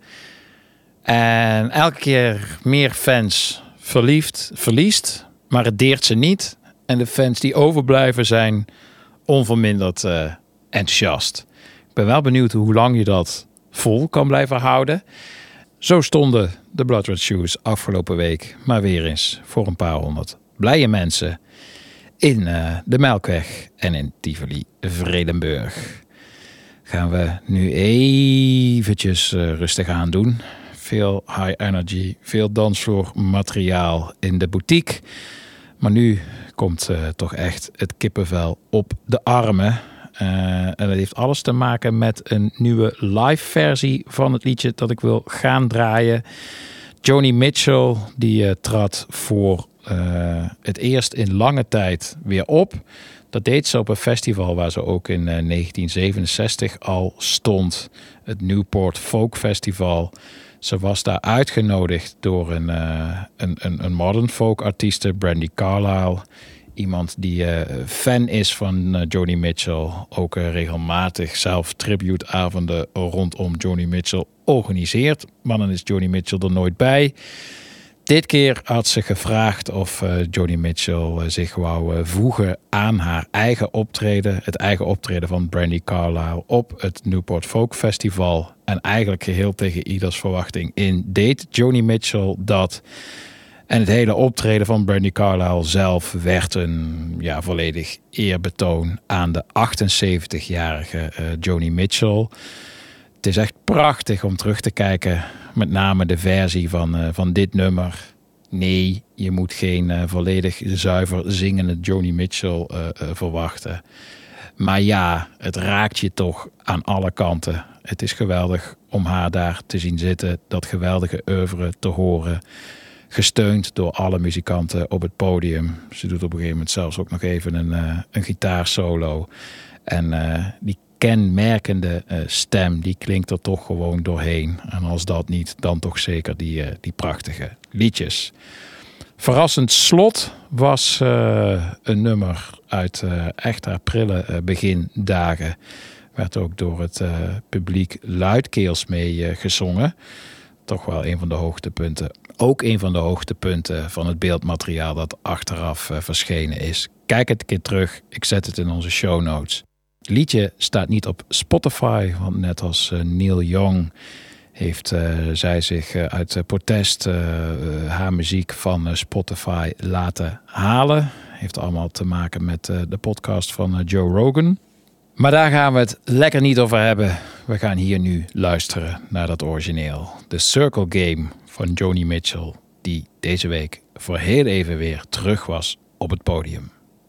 En elke keer meer fans verliefd, verliest, maar het deert ze niet. En de fans die overblijven zijn onverminderd uh, enthousiast. Ik ben wel benieuwd hoe lang je dat vol kan blijven houden. Zo stonden de Blood Red Shoes afgelopen week maar weer eens voor een paar honderd blije mensen in uh, de Melkweg en in Tivoli-Vredenburg. Gaan we nu eventjes uh, rustig aan doen. Veel high energy, veel dansvloermateriaal in de boutique. Maar nu komt uh, toch echt het kippenvel op de armen. Uh, en dat heeft alles te maken met een nieuwe live versie van het liedje dat ik wil gaan draaien. Joni Mitchell die uh, trad voor uh, het eerst in lange tijd weer op. Dat deed ze op een festival waar ze ook in uh, negentien zevenenzestig al stond. Het Newport Folk Festival. Ze was daar uitgenodigd door een, uh, een, een, een modern folk artieste, Brandi Carlile. Iemand die uh, fan is van uh, Joni Mitchell. Ook uh, regelmatig zelf tributeavonden rondom Joni Mitchell organiseert. Maar dan is Joni Mitchell er nooit bij. Dit keer had ze gevraagd of uh, Joni Mitchell uh, zich wou uh, voegen aan haar eigen optreden. Het eigen optreden van Brandi Carlile op het Newport Folk Festival. En eigenlijk geheel tegen ieders verwachting in deed Joni Mitchell dat. En het hele optreden van Brandi Carlile zelf werd een ja, volledig eerbetoon aan de achtenzeventigjarige uh, Joni Mitchell. Het is echt prachtig om terug te kijken, met name de versie van, uh, van dit nummer. Nee, je moet geen uh, volledig zuiver zingende Joni Mitchell uh, uh, verwachten. Maar ja, het raakt je toch aan alle kanten. Het is geweldig om haar daar te zien zitten, dat geweldige oeuvre te horen. Gesteund door alle muzikanten op het podium. Ze doet op een gegeven moment zelfs ook nog even een, uh, een gitaarsolo. En uh, die kenmerkende uh, stem, die klinkt er toch gewoon doorheen. En als dat niet, dan toch zeker die, uh, die prachtige liedjes. Verrassend slot was uh, een nummer uit uh, echt haar prille uh, begindagen. Werd ook door het uh, publiek luidkeels mee uh, gezongen. Toch wel een van de hoogtepunten. Ook een van de hoogtepunten van het beeldmateriaal dat achteraf uh, verschenen is. Kijk het een keer terug. Ik zet het in onze show notes. Het liedje staat niet op Spotify, want net als uh, Neil Young heeft uh, zij zich uh, uit uh, protest uh, uh, haar muziek van uh, Spotify laten halen. Heeft allemaal te maken met uh, de podcast van uh, Joe Rogan. Maar daar gaan we het lekker niet over hebben. We gaan hier nu luisteren naar dat origineel. The Circle Game van Joni Mitchell, die deze week voor heel even weer terug was op het podium.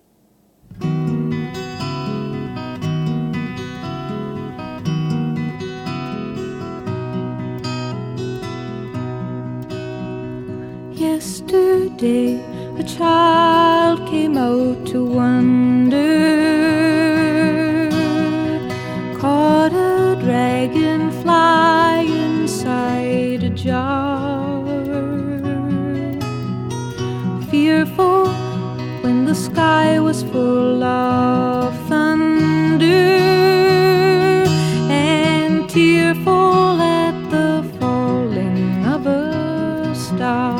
Yesterday, a child came out to wander, caught a dragonfly inside a jar. Fearful when the sky was full of thunder, and tearful at the falling of a star.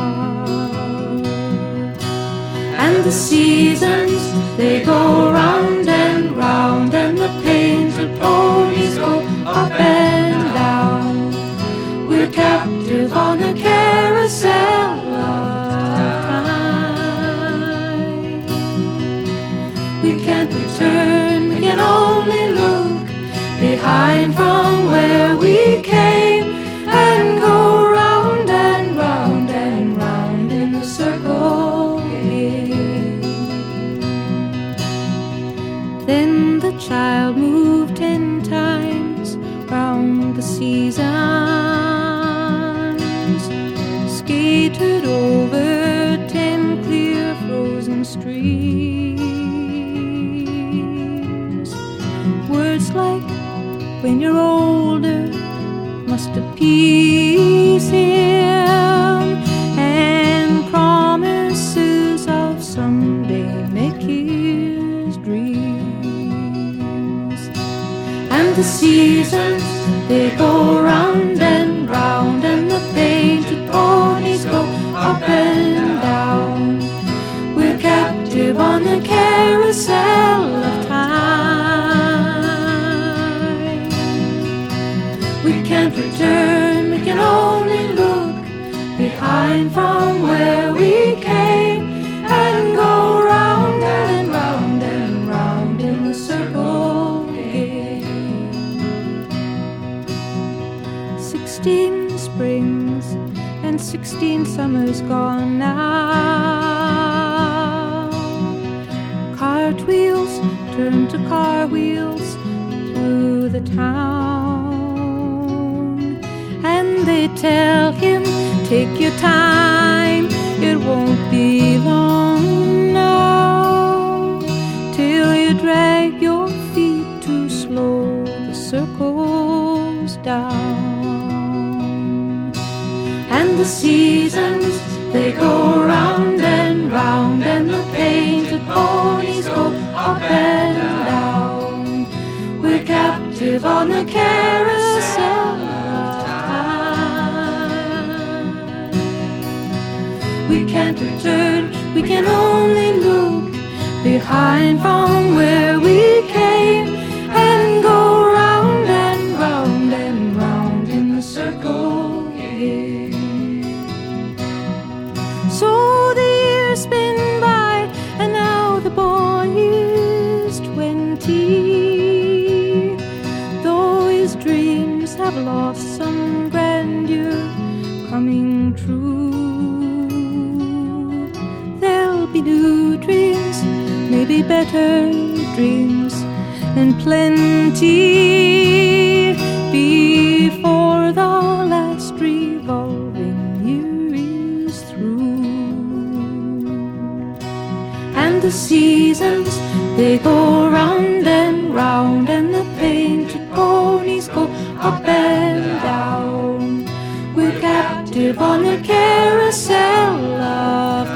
And the seasons, they go round and round, and the painted ponies go up and down. We're captive on a carousel of time. We can't return, we can only look behind from where we came, and go round and round and round in the circle. Then the child moved ten times round the seasons, skated over ten clear frozen streams. Words like, when you're older, must appease him, and promises of someday make his dreams. And the seasons, they go round and round, and the painted ponies go up and down. We're captive on the carousel of time. We can't return, we can only look behind from where we came, and go round and round and round in the circle again. Sixteen springs and sixteen summers gone now. Cartwheels turn to car wheels through the town, and they tell him, take your time, it won't be long now, till you drag your feet too slow, the circle's down. And the seasons, they go round and round, and the painted ponies go up and down. We're captive on the carousel of time. We can't return, we can only look behind from where we came, and go round and round and round in the circle again. So the years spin by, and now the boy is twenty. Though his dreams have lost some grandeur coming true, there'll be new dreams, maybe better dreams, and plenty before the last revolving year is through. And the seasons, they go round and round, and the painted ponies go up and down. We're captive on a carousel of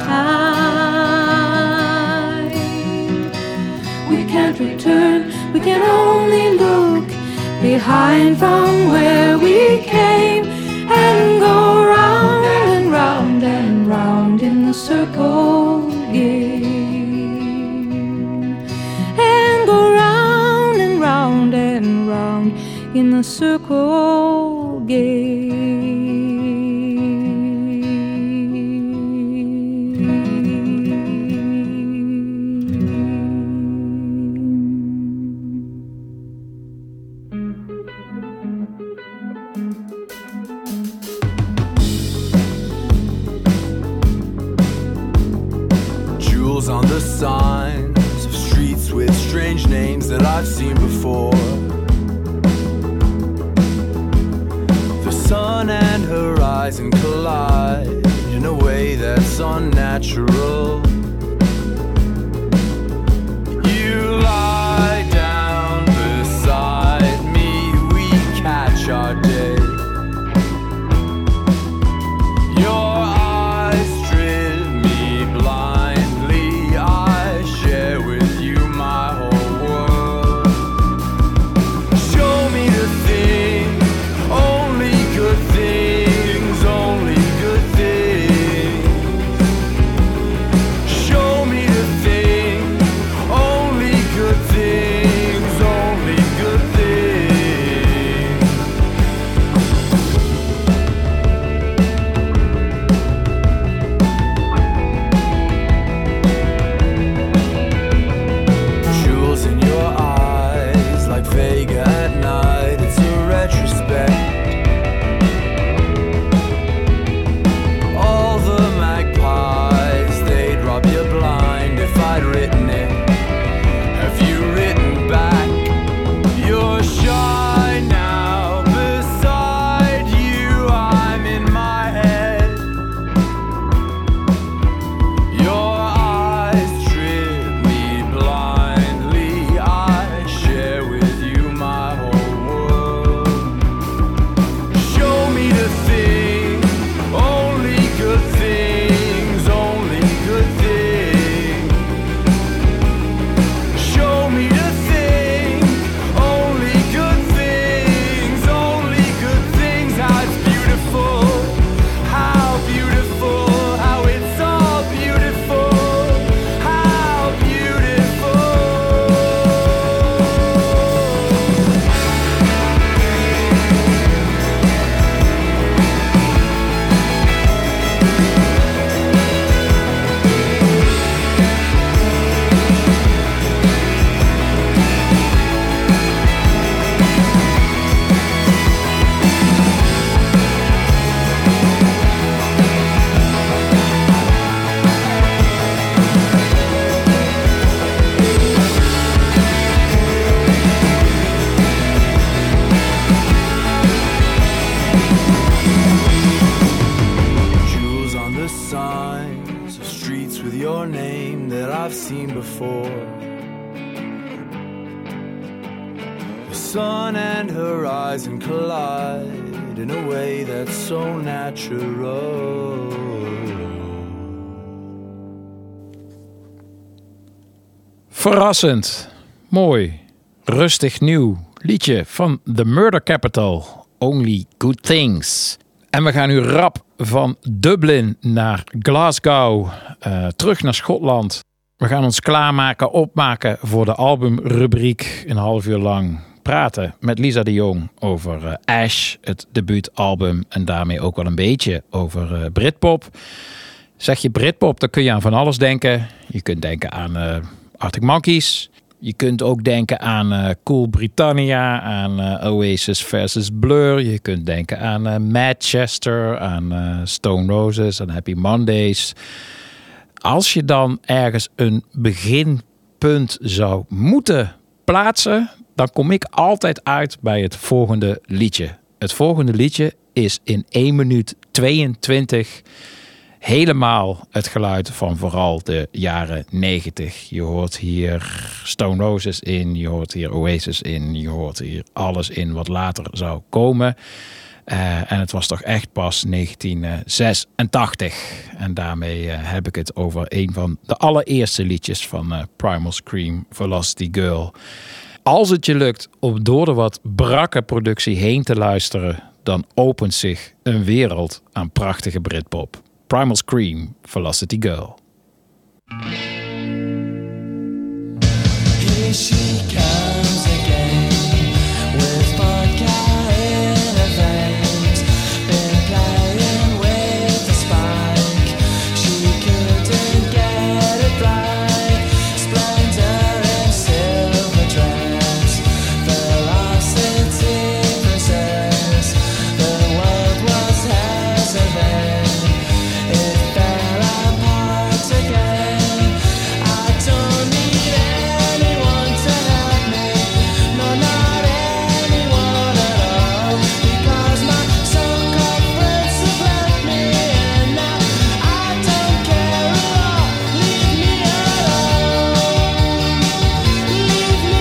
time. We can't return, we can only look behind from where we came, and go round and round and round in the circle game, and go round and round and round in the circle game. Jewels on the signs of streets with strange names that I've seen before. The sun and horizon collide in a way that's unnatural. You lie down beside me, we catch our day. Your eyes strip me blindly, I share with you my whole world. Show me the thing, only good things, only good things. Show me the thing, only good things, only good things. Jewels in your eyes, like Vega at night, it's a retrospect. All the magpies, they'd rob you blind if I'd written it. Have you written back? You're shy now, beside you I'm in my head. Your eyes trip me blindly, I share with you my whole world. Show me the thing, only good things, only good things. Show me the thing, only good things, only good things. How it's beautiful, how beautiful, how it's all beautiful, how beautiful. Jewels on the signs of streets with your name that I've seen before. The sun and horizon collide in a way that's so natural. Verrassend, mooi, rustig nieuw liedje van The Murder Capital, Only Good Things. En we gaan nu rap van Dublin naar Glasgow, uh, terug naar Schotland. We gaan ons klaarmaken, opmaken voor de albumrubriek. Een half uur lang praten met Lisa de Jong over uh, Ash, het debuutalbum. En daarmee ook wel een beetje over uh, Britpop. Zeg je Britpop, dan kun je aan van alles denken. Je kunt denken aan uh, Arctic Monkeys. Je kunt ook denken aan uh, Cool Britannia, aan uh, Oasis versus Blur. Je kunt denken aan uh, Manchester, aan uh, Stone Roses, aan Happy Mondays. Als je dan ergens een beginpunt zou moeten plaatsen, dan kom ik altijd uit bij het volgende liedje. Het volgende liedje is in één minuut tweeëntwintig helemaal het geluid van vooral de jaren negentig. Je hoort hier Stone Roses in, je hoort hier Oasis in, je hoort hier alles in wat later zou komen. Uh, en het was toch echt pas negentien zesentachtig. En daarmee uh, heb ik het over een van de allereerste liedjes van uh, Primal Scream, Velocity Girl. Als het je lukt om door de wat brakke productie heen te luisteren, dan opent zich een wereld aan prachtige Britpop. Primal Scream, Velocity Girl. Here she comes again with vodka in her veins. Been playing with the spike. She couldn't get it right. Splendor in silver dress. Velocity princess. The world was hers and then it fell apart again. I don't need anyone to help me. No, not anyone at all. Because my so-called friends have left me. And now I don't care at all. Leave me alone. Leave me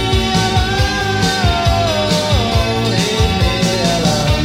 alone. Leave me alone.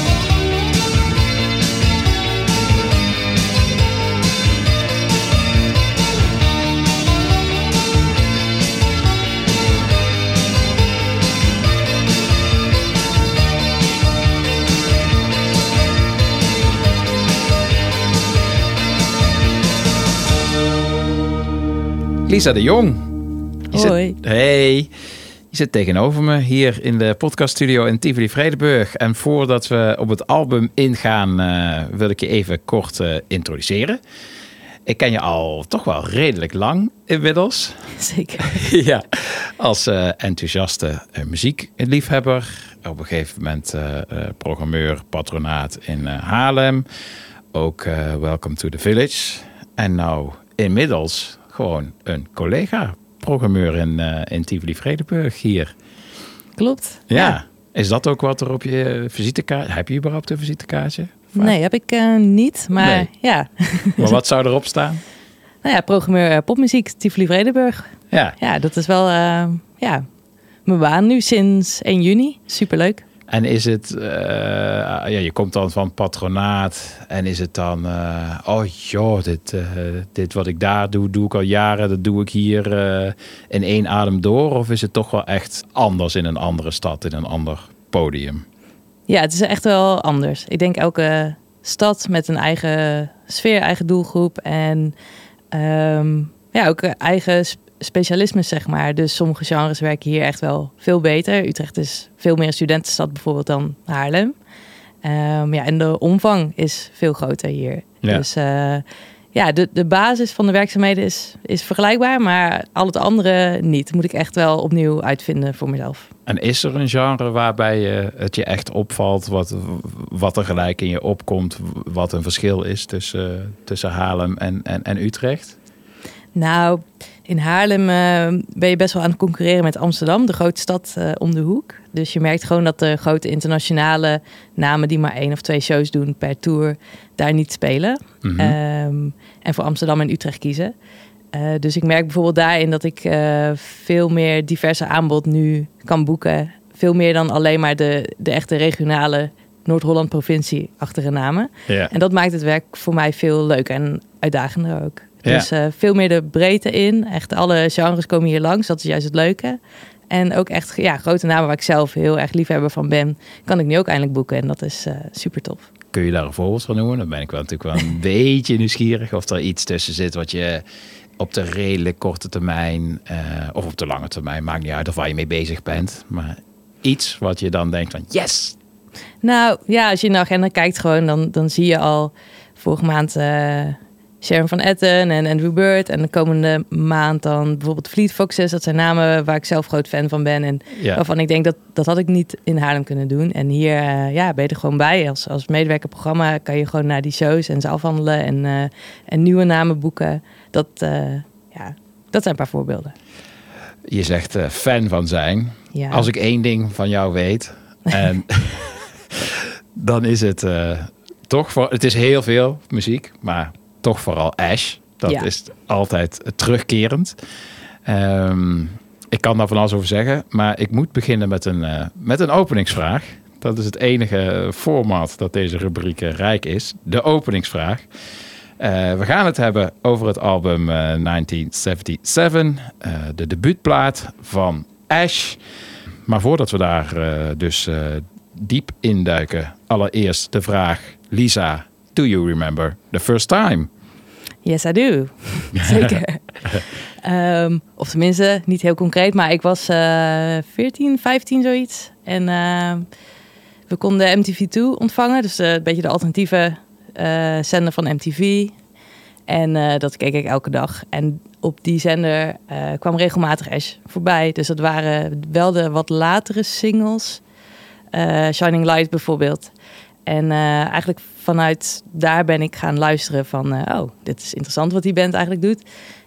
Lisa de Jong. Je Hoi. Zit, hey. Je zit tegenover me hier in de podcaststudio in Tivoli Vredenburg. En voordat we op het album ingaan, uh, wil ik je even kort uh, introduceren. Ik ken je al toch wel redelijk lang inmiddels. Zeker. Ja, als uh, enthousiaste uh, muziekliefhebber. Op een gegeven moment uh, uh, programmeur, patronaat in uh, Haarlem. Ook uh, Welcome to the Village. En nou inmiddels gewoon een collega-programmeur in, uh, in Tivoli Vredenburg hier. Klopt. Ja. Ja. Is dat ook wat er op je visitekaartje... Heb je überhaupt een visitekaartje? Nee, heb ik uh, niet. Maar Nee. ja. Maar wat zou erop staan? Nou ja, programmeur uh, popmuziek, Tivoli Vredenburg. Ja. Ja, dat is wel uh, ja, mijn baan nu sinds één juni. Superleuk. En is het... Uh, ja, je komt dan van patronaat. En is het dan... Uh, oh joh, dit, uh, dit wat ik daar doe, doe ik al jaren. Dat doe ik hier uh, in één adem door. Of is het toch wel echt anders in een andere stad, in een ander podium? Ja, het is echt wel anders. Ik denk elke stad met een eigen sfeer, eigen doelgroep. En um, ja, ook eigen sp- specialismes, zeg maar. Dus sommige genres werken hier echt wel veel beter. Utrecht is veel meer een studentenstad bijvoorbeeld dan Haarlem. Um, ja, en de omvang is veel groter hier. Ja. Dus uh, ja, de, de basis van de werkzaamheden is, is vergelijkbaar, maar al het andere niet. Moet ik echt wel opnieuw uitvinden voor mezelf. En is er een genre waarbij uh, het je echt opvalt, wat, wat er gelijk in je opkomt, wat een verschil is tussen, uh, tussen Haarlem en, en, en Utrecht? Nou, in Haarlem uh, ben je best wel aan het concurreren met Amsterdam, de grote stad uh, om de hoek. Dus je merkt gewoon dat de grote internationale namen die maar één of twee shows doen per tour, daar niet spelen. Mm-hmm. Um, en voor Amsterdam en Utrecht kiezen. Uh, dus ik merk bijvoorbeeld daarin dat ik uh, veel meer diverse aanbod nu kan boeken. Veel meer dan alleen maar de, de echte regionale Noord-Holland provincie-achtige namen. Ja. En dat maakt het werk voor mij veel leuker en uitdagender ook. Ja. Dus uh, veel meer de breedte in. Echt alle genres komen hier langs. Dat is juist het leuke. En ook echt ja, grote namen waar ik zelf heel erg liefhebber van ben, kan ik nu ook eindelijk boeken. En dat is uh, super tof. Kun je daar een voorbeeld van noemen? Dan ben ik wel natuurlijk wel een beetje nieuwsgierig of er iets tussen zit wat je op de redelijk korte termijn uh, of op de lange termijn, maakt niet uit of waar je mee bezig bent. Maar iets wat je dan denkt van yes! Nou ja, als je in de agenda kijkt gewoon, dan, dan zie je al vorige maand uh, Sharon van Etten en Andrew Bird. En de komende maand dan bijvoorbeeld Fleet Foxes. Dat zijn namen waar ik zelf groot fan van ben. En ja. waarvan ik denk dat dat had ik niet in Haarlem kunnen doen. En hier uh, ja, ben je er gewoon bij. Als, als medewerkerprogramma kan je gewoon naar die shows en ze afhandelen. En, uh, en nieuwe namen boeken. Dat, uh, ja, dat zijn een paar voorbeelden. je zegt uh, fan van zijn. Ja. Als ik één ding van jou weet, en dan is het uh, toch voor. Het is heel veel muziek, maar toch vooral Ash. Dat ja. is altijd terugkerend. Um, ik kan daar van alles over zeggen, maar ik moet beginnen met een, uh, met een openingsvraag. Dat is het enige format dat deze rubriek uh, rijk is. De openingsvraag. Uh, we gaan het hebben over het album uh, negentien zevenenzeventig, uh, de debuutplaat van Ash. Maar voordat we daar uh, dus uh, diep induiken, allereerst de vraag, Lisa, do you remember the first time? Yes, I do. Zeker. um, of tenminste, niet heel concreet, maar ik was uh, veertien, vijftien zoiets. En uh, we konden M T V twee ontvangen, dus uh, een beetje de alternatieve uh, zender van M T V. En uh, dat keek ik elke dag. En op die zender uh, kwam regelmatig Ash voorbij. Dus dat waren wel de wat latere singles. Uh, Shining Light bijvoorbeeld. En uh, eigenlijk vanuit daar ben ik gaan luisteren van... Uh, oh, dit is interessant wat die band eigenlijk doet.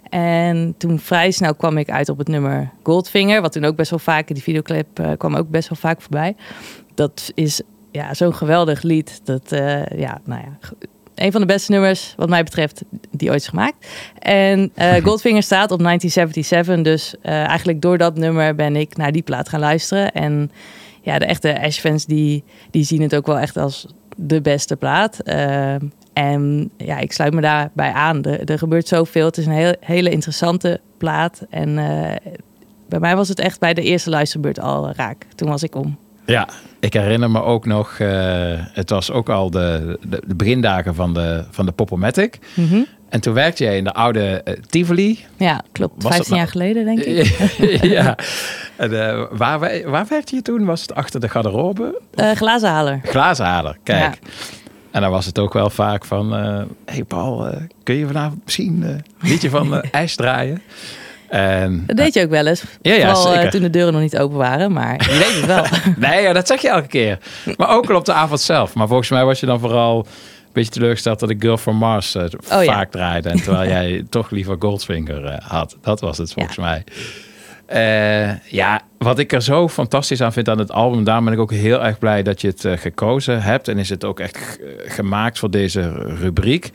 En toen vrij snel kwam ik uit op het nummer Goldfinger. Wat toen ook best wel vaak, die videoclip uh, kwam ook best wel vaak voorbij. Dat is ja, zo'n geweldig lied. Dat, uh, ja, nou ja... Een van de beste nummers, wat mij betreft, die ooit is gemaakt. En uh, Goldfinger staat op negentien zevenenzeventig. Dus uh, eigenlijk door dat nummer ben ik naar die plaat gaan luisteren. En ja, de echte Ash-fans die, die zien het ook wel echt als de beste plaat. Uh, en ja, ik sluit me daarbij aan. Er, er gebeurt zoveel. Het is een heel, hele interessante plaat. En uh, bij mij was het echt bij de eerste luisterbeurt al raak. Toen was ik om. Ja, ik herinner me ook nog, uh, het was ook al de, de, de begindagen van de, van de Pop-O-Matic. Mm-hmm. En toen werkte jij in de oude uh, Tivoli. Ja, klopt. Was vijftien jaar nou... geleden, denk ik. Ja. En, uh, waar, waar werkte je toen? Was het achter de garderobe? Uh, glazenhaler. Glazenhaler, kijk. Ja. En dan was het ook wel vaak van... Hé uh, hey Paul, uh, kun je vanavond misschien uh, een liedje van uh, Ash draaien? En, dat deed je ook wel eens. Ja, ja, Vooral zeker. Uh, toen de deuren nog niet open waren, maar je weet het wel. Nee, ja, dat zeg je elke keer. Maar ook al op de avond zelf. Maar volgens mij was je dan vooral een beetje teleurgesteld dat ik Girl from Mars uh, oh, vaak ja. draaide. En terwijl jij toch liever Goldfinger uh, had. Dat was het volgens ja. mij. Uh, ja, wat ik er zo fantastisch aan vind aan het album, daarom ben ik ook heel erg blij dat je het uh, gekozen hebt. En is het ook echt g- gemaakt voor deze rubriek.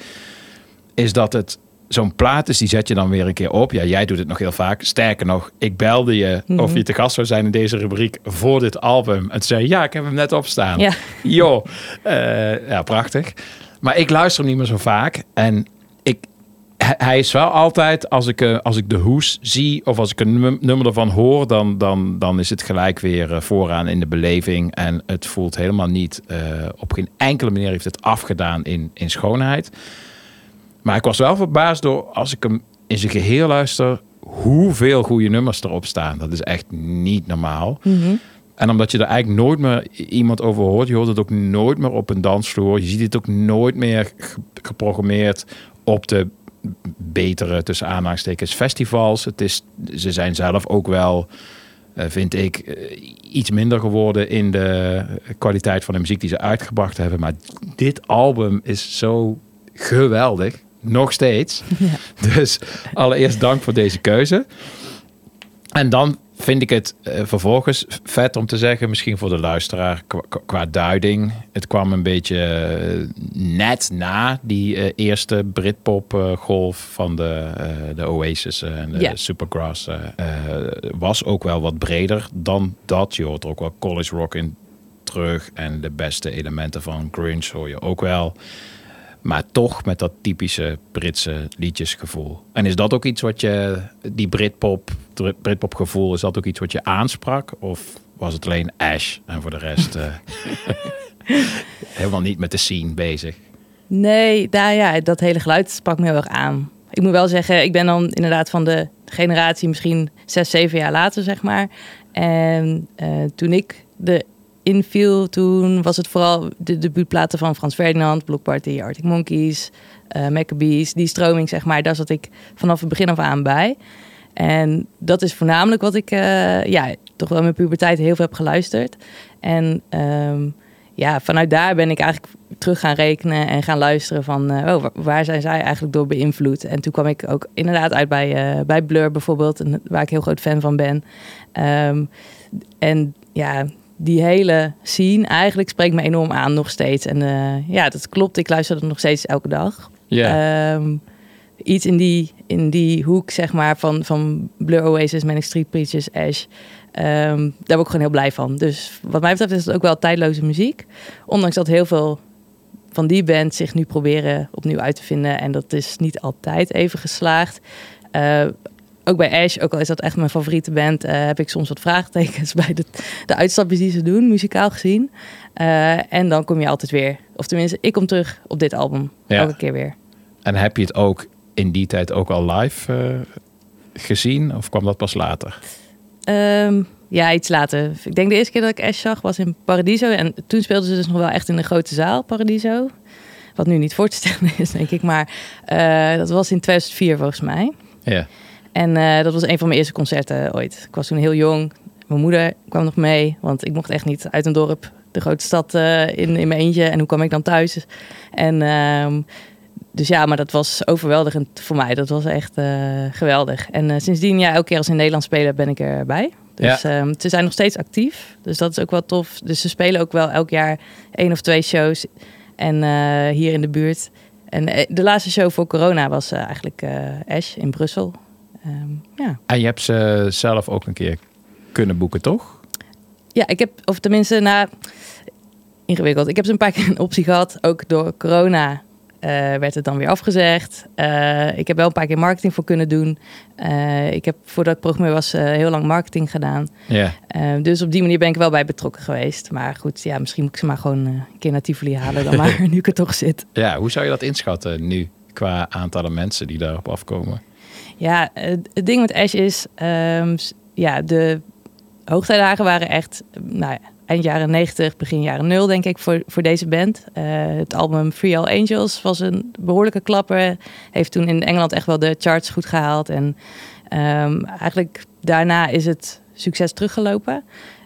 Is dat het zo'n plaat is, die zet je dan weer een keer op. Ja, jij doet het nog heel vaak. Sterker nog, ik belde je mm-hmm. of je te gast zou zijn in deze rubriek voor dit album. En toen zei je, ja, ik heb hem net opstaan. Ja. Joh, uh, ja, prachtig. Maar ik luister hem niet meer zo vaak. En ik, hij is wel altijd, als ik, uh, als ik de hoes zie of als ik een nummer ervan hoor, dan, dan, dan is het gelijk weer uh, vooraan in de beleving. En het voelt helemaal niet, uh, op geen enkele manier heeft het afgedaan in, in schoonheid. Maar ik was wel verbaasd door, als ik hem in zijn geheel luister, hoeveel goede nummers erop staan. Dat is echt niet normaal. Mm-hmm. En omdat je er eigenlijk nooit meer iemand over hoort. Je hoort het ook nooit meer op een dansvloer. Je ziet het ook nooit meer geprogrammeerd op de betere, tussen aanhalingstekens, festivals. Het is, ze zijn zelf ook wel, vind ik, iets minder geworden in de kwaliteit van de muziek die ze uitgebracht hebben. Maar dit album is zo geweldig. Nog steeds. Ja. Dus allereerst dank voor deze keuze. En dan vind ik het uh, vervolgens vet om te zeggen, misschien voor de luisteraar qua, qua duiding. Het kwam een beetje uh, net na die uh, eerste Britpop uh, golf van de, uh, de Oasis uh, en de yeah. Supergrass. Uh, uh, was ook wel wat breder dan dat. Je hoort er ook wel college rock in terug. En de beste elementen van grunge hoor je ook wel. Maar toch met dat typische Britse liedjesgevoel. En is dat ook iets wat je, die Britpop, Britpop gevoel, is dat ook iets wat je aansprak? Of was het alleen Ash en voor de rest uh, helemaal niet met de scene bezig? Nee, daar, ja, dat hele geluid sprak me heel erg aan. Ik moet wel zeggen, ik ben dan inderdaad van de generatie misschien zes, zeven jaar later, zeg maar. En uh, toen ik de inviel, toen was het vooral de debuutplaten van Frans Ferdinand, Block Party, Arctic Monkeys, uh, Maccabees. Die stroming, zeg maar, daar zat ik vanaf het begin af aan bij. En dat is voornamelijk wat ik uh, ja, toch wel in mijn puberteit heel veel heb geluisterd. En um, ja, vanuit daar ben ik eigenlijk terug gaan rekenen en gaan luisteren van... Uh, oh, waar zijn zij eigenlijk door beïnvloed? En toen kwam ik ook inderdaad uit bij, uh, bij Blur bijvoorbeeld, waar ik heel groot fan van ben. Um, en ja, die hele scene eigenlijk spreekt me enorm aan nog steeds. En uh, ja, dat klopt, ik luister dat nog steeds elke dag. Yeah. Um, iets in die, in die hoek, zeg maar, van, van Blur, Oasis, Manic Street Preachers, Ash... Um, daar word ik gewoon heel blij van. Dus wat mij betreft is het ook wel tijdloze muziek. Ondanks dat heel veel van die bands zich nu proberen opnieuw uit te vinden. En dat is niet altijd even geslaagd. Uh, ook bij Ash, ook al is dat echt mijn favoriete band... Uh, heb ik soms wat vraagtekens bij de, de uitstapjes die ze doen, muzikaal gezien. Uh, en dan kom je altijd weer. Of tenminste, ik kom terug op dit album. Ja. Elke keer weer. En heb je het ook in die tijd ook al live uh, gezien? Of kwam dat pas later? Um, ja, iets later. Ik denk de eerste keer dat ik Ash zag was in Paradiso. En toen speelden ze dus nog wel echt in de grote zaal, Paradiso. Wat nu niet voor te stellen is, denk ik. Maar uh, dat was in tweeduizend vier volgens mij. Ja. En uh, dat was een van mijn eerste concerten ooit. Ik was toen heel jong. Mijn moeder kwam nog mee. Want ik mocht echt niet uit een dorp, de grote stad, uh, in, in mijn eentje. En hoe kwam ik dan thuis? En... Uh, Dus ja, maar dat was overweldigend voor mij. Dat was echt uh, geweldig. En uh, sindsdien, ja, elke keer als ze in Nederland spelen, ben ik erbij. Dus ja. um, ze zijn nog steeds actief. Dus dat is ook wel tof. Dus ze spelen ook wel elk jaar één of twee shows. En uh, hier in de buurt. En uh, de laatste show voor corona was uh, eigenlijk uh, Ash in Brussel. Um, ja. En je hebt ze zelf ook een keer kunnen boeken, toch? Ja, ik heb, of tenminste, na... ingewikkeld. Ik heb ze een paar keer een optie gehad, ook door corona... Uh, werd het dan weer afgezegd. Uh, ik heb wel een paar keer marketing voor kunnen doen. Uh, ik heb, voordat ik programmeur was, uh, heel lang marketing gedaan. Yeah. Uh, dus op die manier ben ik wel bij betrokken geweest. Maar goed, ja, misschien moet ik ze maar gewoon uh, een keer naar Tivoli halen dan maar, nu ik er toch zit. Ja, hoe zou je dat inschatten nu, qua aantallen mensen die daarop afkomen? Ja, uh, het ding met Ash is... Um, ja, de hoogtijdagen waren echt... Nou ja, eind jaren negentig, begin jaren nul, denk ik, voor, voor deze band. Uh, het album Free All Angels was een behoorlijke klapper. Heeft toen in Engeland echt wel de charts goed gehaald. En um, eigenlijk daarna is het succes teruggelopen.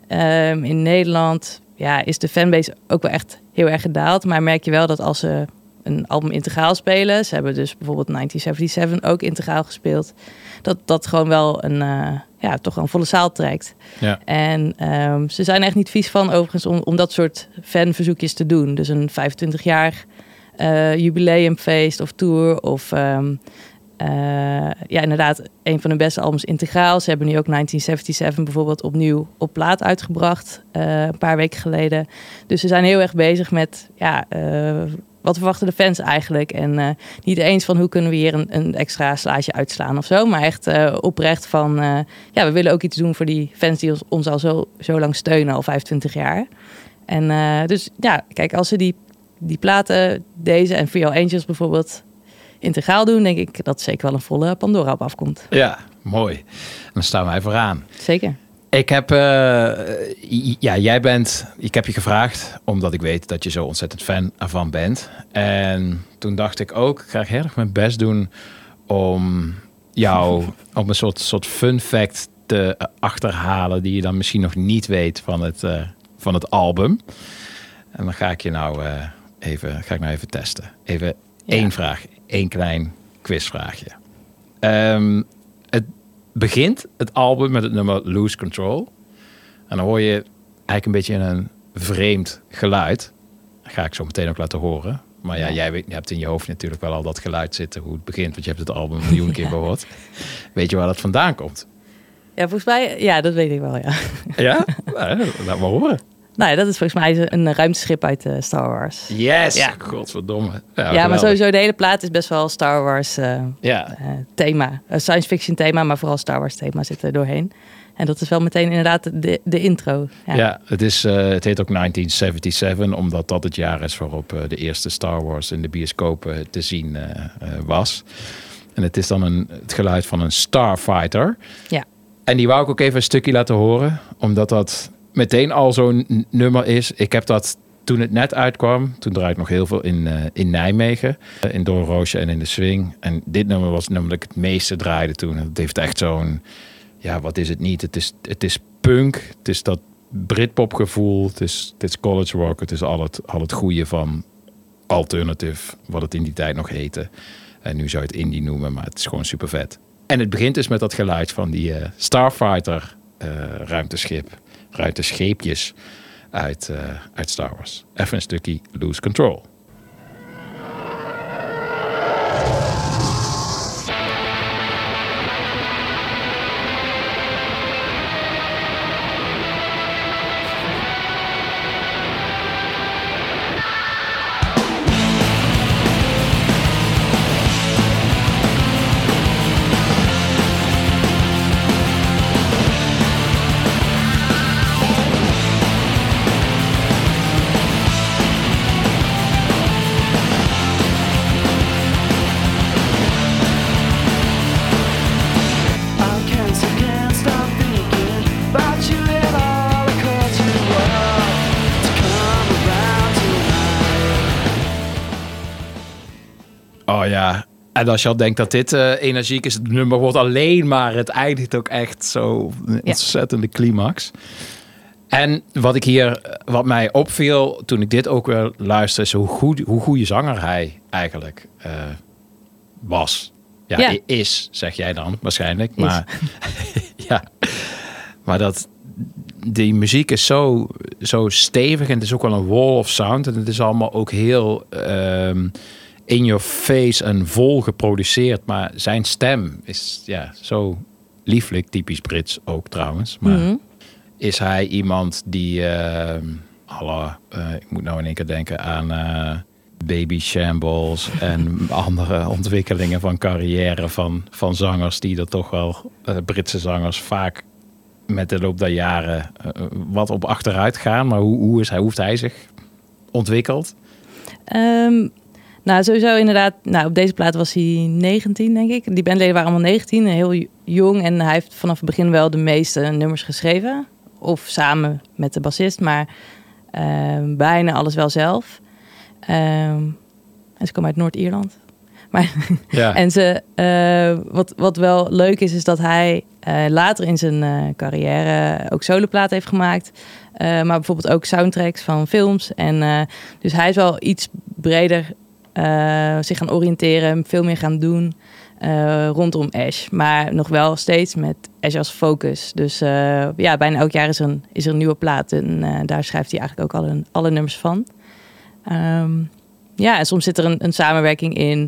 Um, in Nederland ja, is de fanbase ook wel echt heel erg gedaald. Maar merk je wel dat als ze een album integraal spelen... ze hebben dus bijvoorbeeld negentien zevenenzeventig ook integraal gespeeld... dat dat gewoon wel een... Uh, ja, toch een volle zaal trekt. Ja. En um, ze zijn er echt niet vies van overigens om, om dat soort fanverzoekjes te doen. Dus een vijfentwintig-jaar uh, jubileumfeest of tour of um, uh, ja, inderdaad een van de beste albums integraal. Ze hebben nu ook negentien zevenenzeventig bijvoorbeeld opnieuw op plaat uitgebracht, uh, een paar weken geleden. Dus ze zijn heel erg bezig met ja, uh, wat verwachten de fans eigenlijk? En uh, niet eens van hoe kunnen we hier een, een extra slaatje uitslaan of zo. Maar echt uh, oprecht van... Uh, ja, we willen ook iets doen voor die fans die ons, ons al zo, zo lang steunen, al vijfentwintig jaar. En uh, dus ja, kijk, als ze die, die platen, deze en Free All Angels bijvoorbeeld... integraal doen, denk ik dat zeker wel een volle Pandora op afkomt. Ja, mooi. Dan staan wij vooraan. Zeker. Ik heb, uh, ja, jij bent, ik heb je gevraagd, omdat ik weet dat je zo ontzettend fan ervan bent. En toen dacht ik ook, ik ga heel erg mijn best doen om jou, om een soort, soort fun fact te achterhalen die je dan misschien nog niet weet van het, uh, van het album. En dan ga ik je nou uh, even, ga ik nou even testen. Even ja. één vraag, één klein quizvraagje. Um, het begint het album met het nummer Lose Control. En dan hoor je eigenlijk een beetje een vreemd geluid. Dat ga ik zo meteen ook laten horen. Maar ja, jij weet, je hebt in je hoofd natuurlijk wel al dat geluid zitten, hoe het begint. Want je hebt het album een miljoen keer gehoord. Weet je waar dat vandaan komt? Ja, volgens mij, ja, dat weet ik wel, ja. Ja? Nou, laat maar horen. Nou ja, dat is volgens mij een ruimteschip uit uh, Star Wars. Yes! Ja. Godverdomme. Ja, ja maar sowieso de hele plaat is best wel Star Wars uh, ja. uh, thema. Uh, science fiction thema, maar vooral Star Wars thema zit er doorheen. En dat is wel meteen inderdaad de, de intro. Ja, ja het, is, uh, het heet ook negentien zevenenzeventig, omdat dat het jaar is waarop uh, de eerste Star Wars in de bioscoop uh, te zien uh, uh, was. En het is dan een, het geluid van een Starfighter. Ja. En die wou ik ook even een stukje laten horen, omdat dat meteen al zo'n nummer is. Ik heb dat toen het net uitkwam, toen draaide ik nog heel veel in, uh, in Nijmegen, uh, in Doornroosje en in de Swing. En dit nummer was namelijk het meeste draaide toen. Het heeft echt zo'n, ja, wat is het niet? Het is, het is punk. Het is dat Britpop gevoel. Het is, het is college rock. Het is al het, al het goede van alternative, wat het in die tijd nog heette. En nu zou je het indie noemen, maar het is gewoon super vet. En het begint dus met dat geluid van die uh, Starfighter uh, ruimteschip, ruimtescheepjes uit, uh, uit Star Wars. Even een stukje Lose Control. Oh ja, en als je al denkt dat dit uh, energiek is, het nummer wordt alleen maar, het eindigt ook echt zo een ontzettende climax. En wat ik hier, wat mij opviel toen ik dit ook weer luisterde, is hoe goed, hoe goede zanger hij eigenlijk uh, was. Ja, ja, is, zeg jij dan waarschijnlijk. Maar ja, maar dat die muziek is zo, zo stevig en het is ook wel een wall of sound en het is allemaal ook heel Um, in your face en vol geproduceerd. Maar zijn stem is ja, zo lieflijk, typisch Brits ook trouwens. Maar mm-hmm. is hij iemand die Uh, alle, uh, ik moet nou in één keer denken aan Uh, Baby Shambles en andere ontwikkelingen van carrière van, van zangers die er toch wel, uh, Britse zangers, vaak met de loop der jaren uh, wat op achteruit gaan. Maar hoe, hoe is hij, hoe heeft hij zich ontwikkeld? Um... Nou, sowieso inderdaad. Nou, op deze plaat was hij negentien, denk ik. Die bandleden waren allemaal negentien, heel jong. En hij heeft vanaf het begin wel de meeste nummers geschreven. Of samen met de bassist, maar uh, bijna alles wel zelf. Um, en ze komen uit Noord-Ierland. Maar ja. en ze, uh, wat, wat wel leuk is, is dat hij uh, later in zijn uh, carrière ook soloplaten heeft gemaakt. Uh, maar bijvoorbeeld ook soundtracks van films. En uh, dus hij is wel iets breder Uh, zich gaan oriënteren, veel meer gaan doen uh, rondom Ash. Maar nog wel steeds met Ash als focus. Dus uh, ja, bijna elk jaar is er een, is er een nieuwe plaat. En uh, daar schrijft hij eigenlijk ook alle, alle nummers van. Um, ja, en soms zit er een, een samenwerking in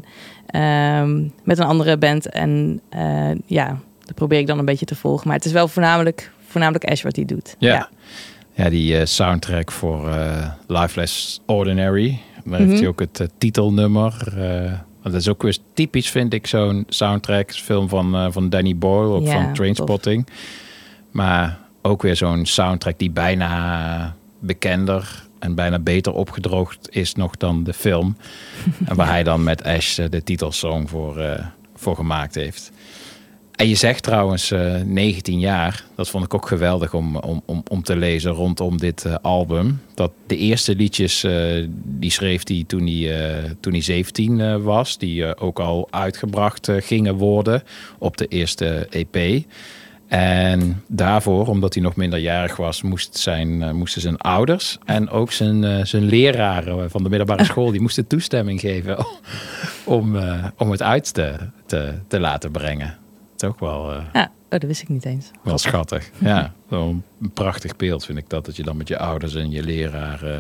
um, met een andere band. En uh, ja, dat probeer ik dan een beetje te volgen. Maar het is wel voornamelijk, voornamelijk Ash wat hij doet. Ja, ja. ja die uh, soundtrack voor uh, Life Less Ordinary. Daar heeft Mm-hmm. hij ook het uh, titelnummer. Uh, dat is ook weer typisch, vind ik, zo'n soundtrack. Film van, uh, van Danny Boyle, ook ja, van Trainspotting. Tof. Maar ook weer zo'n soundtrack die bijna bekender en bijna beter opgedroogd is nog dan de film. En waar hij dan met Ash uh, de titelsong voor, uh, voor gemaakt heeft. En je zegt trouwens uh, negentien jaar. Dat vond ik ook geweldig om, om, om, om te lezen rondom dit uh, album. Dat de eerste liedjes, uh, die schreef hij toen hij, uh, toen hij zeventien uh, was. Die uh, ook al uitgebracht uh, gingen worden op de eerste E P. En daarvoor, omdat hij nog minderjarig was, moest zijn, uh, moesten zijn ouders en ook zijn, uh, zijn leraren van de middelbare school, die moesten toestemming geven om, uh, om het uit te, te, te laten brengen. Het is ook wel Uh, ja, oh, dat wist ik niet eens. Wel schattig. Ja, wel een prachtig beeld vind ik dat. Dat je dan met je ouders en je leraar uh,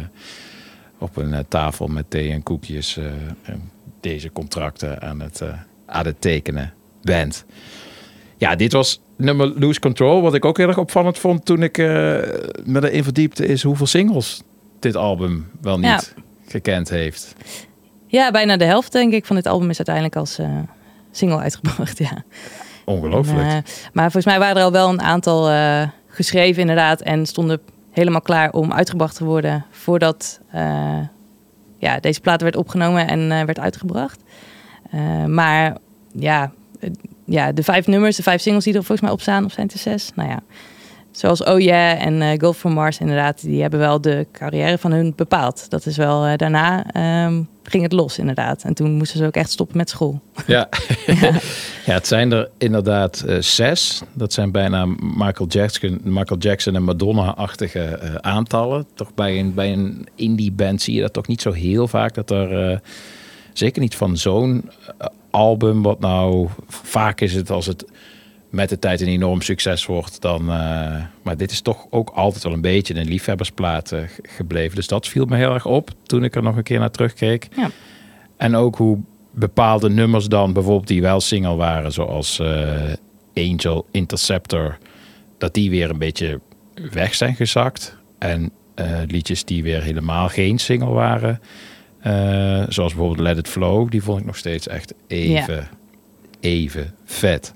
op een uh, tafel met thee en koekjes uh, deze contracten aan het, uh, aan het tekenen bent. Ja, dit was nummer Lose Control. Wat ik ook heel erg opvallend vond toen ik uh, me erin verdiepte, is hoeveel singles dit album wel niet ja. gekend heeft. Ja, bijna de helft denk ik van dit album is uiteindelijk als uh, single uitgebracht. Ja. Ongelooflijk. En, uh, maar volgens mij waren er al wel een aantal uh, geschreven inderdaad en stonden helemaal klaar om uitgebracht te worden voordat uh, ja, deze plaat werd opgenomen en uh, werd uitgebracht. Uh, maar ja, uh, ja, de vijf nummers, de vijf singles die er volgens mij op staan, of zijn het er zes? Nou ja, zoals Oh Yeah en uh, Girl from Mars inderdaad, die hebben wel de carrière van hun bepaald. Dat is wel, uh, daarna um, ging het los inderdaad. En toen moesten ze ook echt stoppen met school. Ja, ja. Ja, het zijn er inderdaad uh, zes. Dat zijn bijna Michael Jackson, Michael Jackson en Madonna-achtige uh, aantallen. Toch bij een, bij een indie band zie je dat toch niet zo heel vaak. Dat er, uh, zeker niet van zo'n uh, album, wat nou vaak is het als het met de tijd een enorm succes wordt. Dan, uh, maar dit is toch ook altijd wel een beetje een liefhebbersplaat uh, gebleven. Dus dat viel me heel erg op toen ik er nog een keer naar terugkeek. Ja. En ook hoe bepaalde nummers dan, bijvoorbeeld die wel single waren, zoals uh, Angel Interceptor, dat die weer een beetje weg zijn gezakt. En uh, liedjes die weer helemaal geen single waren, uh, zoals bijvoorbeeld Let It Flow, die vond ik nog steeds echt even, ja. even vet.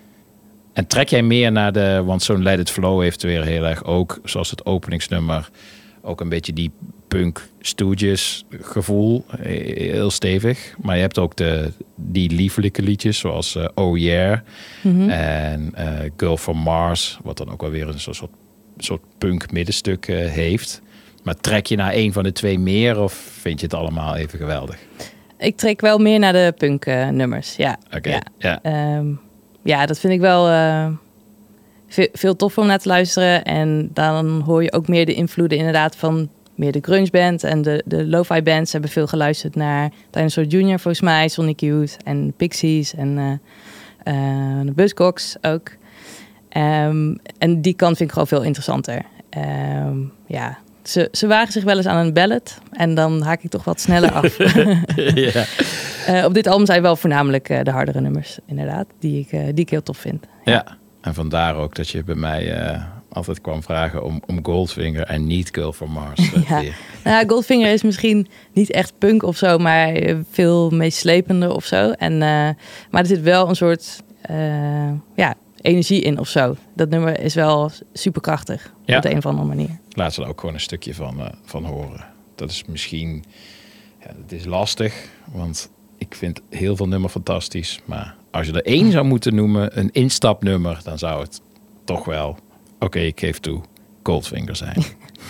En trek jij meer naar de, want zo'n Let It Flow heeft weer heel erg ook, zoals het openingsnummer, ook een beetje die punk Stooges gevoel, heel stevig. Maar je hebt ook de, die liefelijke liedjes, zoals uh, Oh Yeah mm-hmm. en uh, Girl from Mars, wat dan ook wel weer een soort, soort punk middenstuk uh, heeft. Maar trek je naar een van de twee meer of vind je het allemaal even geweldig? Ik trek wel meer naar de punk uh, nummers, ja. Oké, okay, ja. Ja. Um, ja, dat vind ik wel uh, veel, veel toffer om naar te luisteren. En dan hoor je ook meer de invloeden inderdaad van meer de grunge band en de, de lo-fi bands hebben veel geluisterd naar Dinosaur junior volgens mij, Sonic Youth en Pixies en uh, uh, de Buzzcocks ook. Um, en die kant vind ik gewoon veel interessanter. Um, ja, ze, ze wagen zich wel eens aan een ballad en dan haak ik toch wat sneller af. Ja. uh, op dit album zijn wel voornamelijk uh, de hardere nummers, inderdaad, die ik, uh, die ik heel tof vind. Ja, ja. En vandaar ook dat je bij mij uh, altijd kwam vragen om, om Goldfinger en niet Girl from Mars. Uh, ja. Nou, Goldfinger is misschien niet echt punk of zo, maar veel meeslepender of zo. En, uh, maar er zit wel een soort uh, ja, energie in of zo. Dat nummer is wel superkrachtig, ja. Op de een of andere manier. Laat ze er ook gewoon een stukje van, uh, van horen. Dat is misschien, ja, het is lastig, want ik vind heel veel nummers fantastisch. Maar als je er één zou moeten noemen, een instapnummer, dan zou het toch wel, oké, okay, ik geef toe, Goldfinger zijn.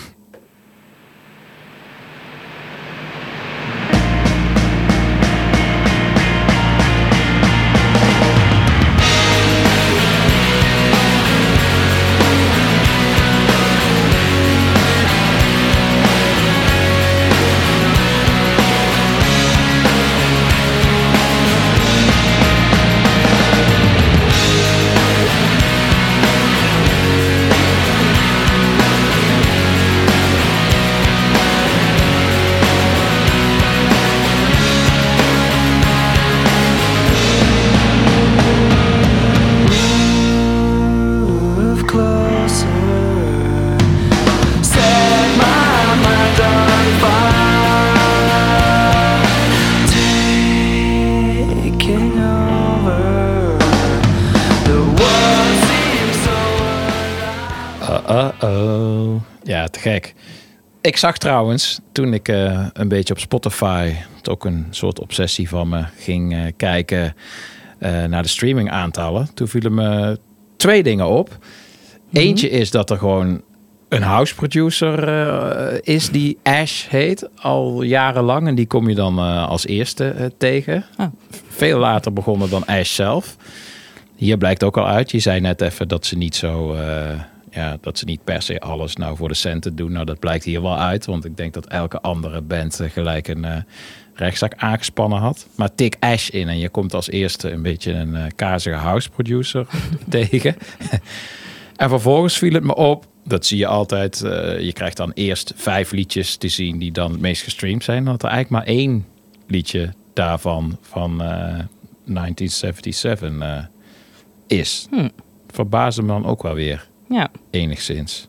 Uh-oh. Ja, te gek. Ik zag trouwens, toen ik uh, een beetje op Spotify, het ook een soort obsessie van me, ging uh, kijken uh, naar de streaming aantallen. Toen vielen me twee dingen op. Mm-hmm. Eentje is dat er gewoon een house producer uh, is die Ash heet, al jarenlang. En die kom je dan uh, als eerste uh, tegen. Oh. Veel later begonnen dan Ash zelf. Hier blijkt ook al uit. Je zei net even dat ze niet zo... Uh, ja, dat ze niet per se alles nou voor de centen doen. Nou, dat blijkt hier wel uit. Want ik denk dat elke andere band uh, gelijk een uh, rechtszaak aangespannen had. Maar tik Ash in en je komt als eerste een beetje een uh, kazige house producer tegen. En vervolgens viel het me op. Dat zie je altijd. Uh, je krijgt dan eerst vijf liedjes te zien die dan het meest gestreamd zijn. Dat er eigenlijk maar één liedje daarvan van uh, negentien zevenenzeventig uh, is. Hm. Verbaasde me dan ook wel weer. Ja. Enigszins.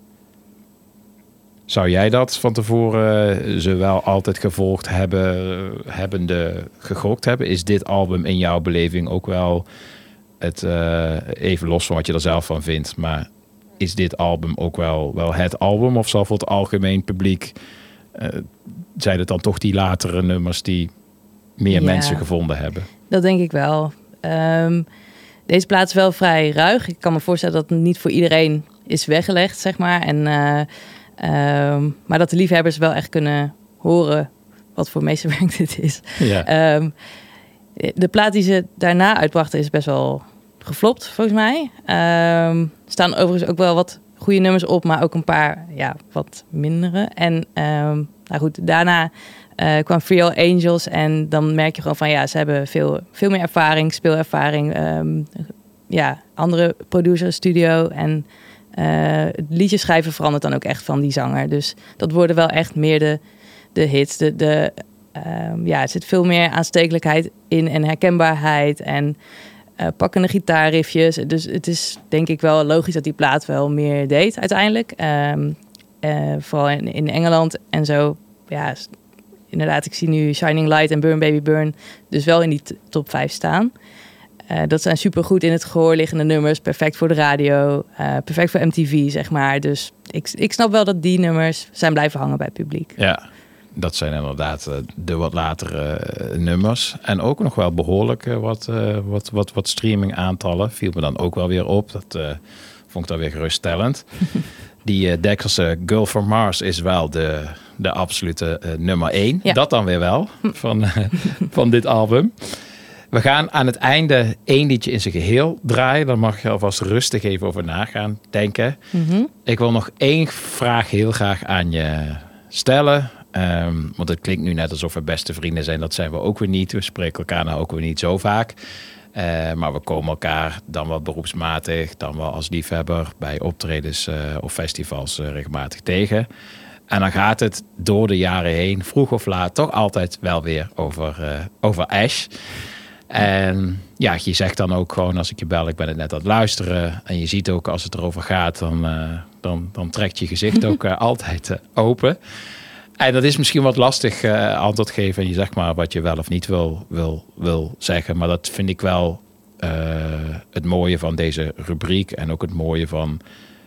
Zou jij dat van tevoren uh, zowel altijd gevolgd hebben, hebbende gegokt hebben? Is dit album in jouw beleving ook wel het, uh, even los van wat je er zelf van vindt, maar is dit album ook wel, wel het album? Of zal voor het algemeen publiek, uh, zijn het dan toch die latere nummers die meer ja, mensen gevonden hebben? Dat denk ik wel. Um, deze plaat is wel vrij ruig. Ik kan me voorstellen dat het niet voor iedereen is weggelegd, zeg maar. En, uh, um, maar dat de liefhebbers wel echt kunnen horen wat voor meesterwerk dit is. Ja. Um, de plaat die ze daarna uitbrachten is best wel geflopt, volgens mij. Um, er staan overigens ook wel wat goede nummers op, maar ook een paar ja, wat mindere. En um, nou goed, daarna uh, kwam Free All Angels en dan merk je gewoon van ja, ze hebben veel, veel meer ervaring, speelervaring. Um, ja, andere producer, studio en uh, het liedje schrijven verandert dan ook echt van die zanger. Dus dat worden wel echt meer de, de hits. De, de, um, ja, er zit veel meer aanstekelijkheid in en herkenbaarheid en uh, pakkende gitaarriffjes. Dus het is denk ik wel logisch dat die plaat wel meer deed uiteindelijk. Um, uh, vooral in, in Engeland en zo. Ja, inderdaad, ik zie nu Shining Light en Burn Baby Burn dus wel in die t- top vijf staan. Uh, dat zijn supergoed in het gehoor liggende nummers. Perfect voor de radio. Uh, perfect voor M T V, zeg maar. Dus ik, ik snap wel dat die nummers zijn blijven hangen bij het publiek. Ja, dat zijn inderdaad de wat latere nummers. En ook nog wel behoorlijk wat, uh, wat, wat, wat streaming aantallen. Viel me dan ook wel weer op. Dat uh, vond ik dan weer geruststellend. Die uh, Dekkelse Girl from Mars is wel de, de absolute uh, nummer één. Ja. Dat dan weer wel van, uh, van dit album. We gaan aan het einde één liedje in zijn geheel draaien. Dan mag je alvast rustig even over na gaan denken. Mm-hmm. Ik wil nog één vraag heel graag aan je stellen. Um, want het klinkt nu net alsof we beste vrienden zijn. Dat zijn we ook weer niet. We spreken elkaar nou ook weer niet zo vaak. Uh, maar we komen elkaar dan wel beroepsmatig, dan wel als liefhebber bij optredens uh, of festivals uh, regelmatig tegen. En dan gaat het door de jaren heen, vroeg of laat, toch altijd wel weer over, uh, over Ash. En ja, je zegt dan ook gewoon als ik je bel, ik ben het net aan het luisteren. En je ziet ook als het erover gaat, dan, uh, dan, dan trekt je gezicht ook uh, altijd uh, open. En dat is misschien wat lastig uh, antwoord geven. En je zegt maar wat je wel of niet wil, wil, wil zeggen. Maar dat vind ik wel uh, het mooie van deze rubriek. En ook het mooie van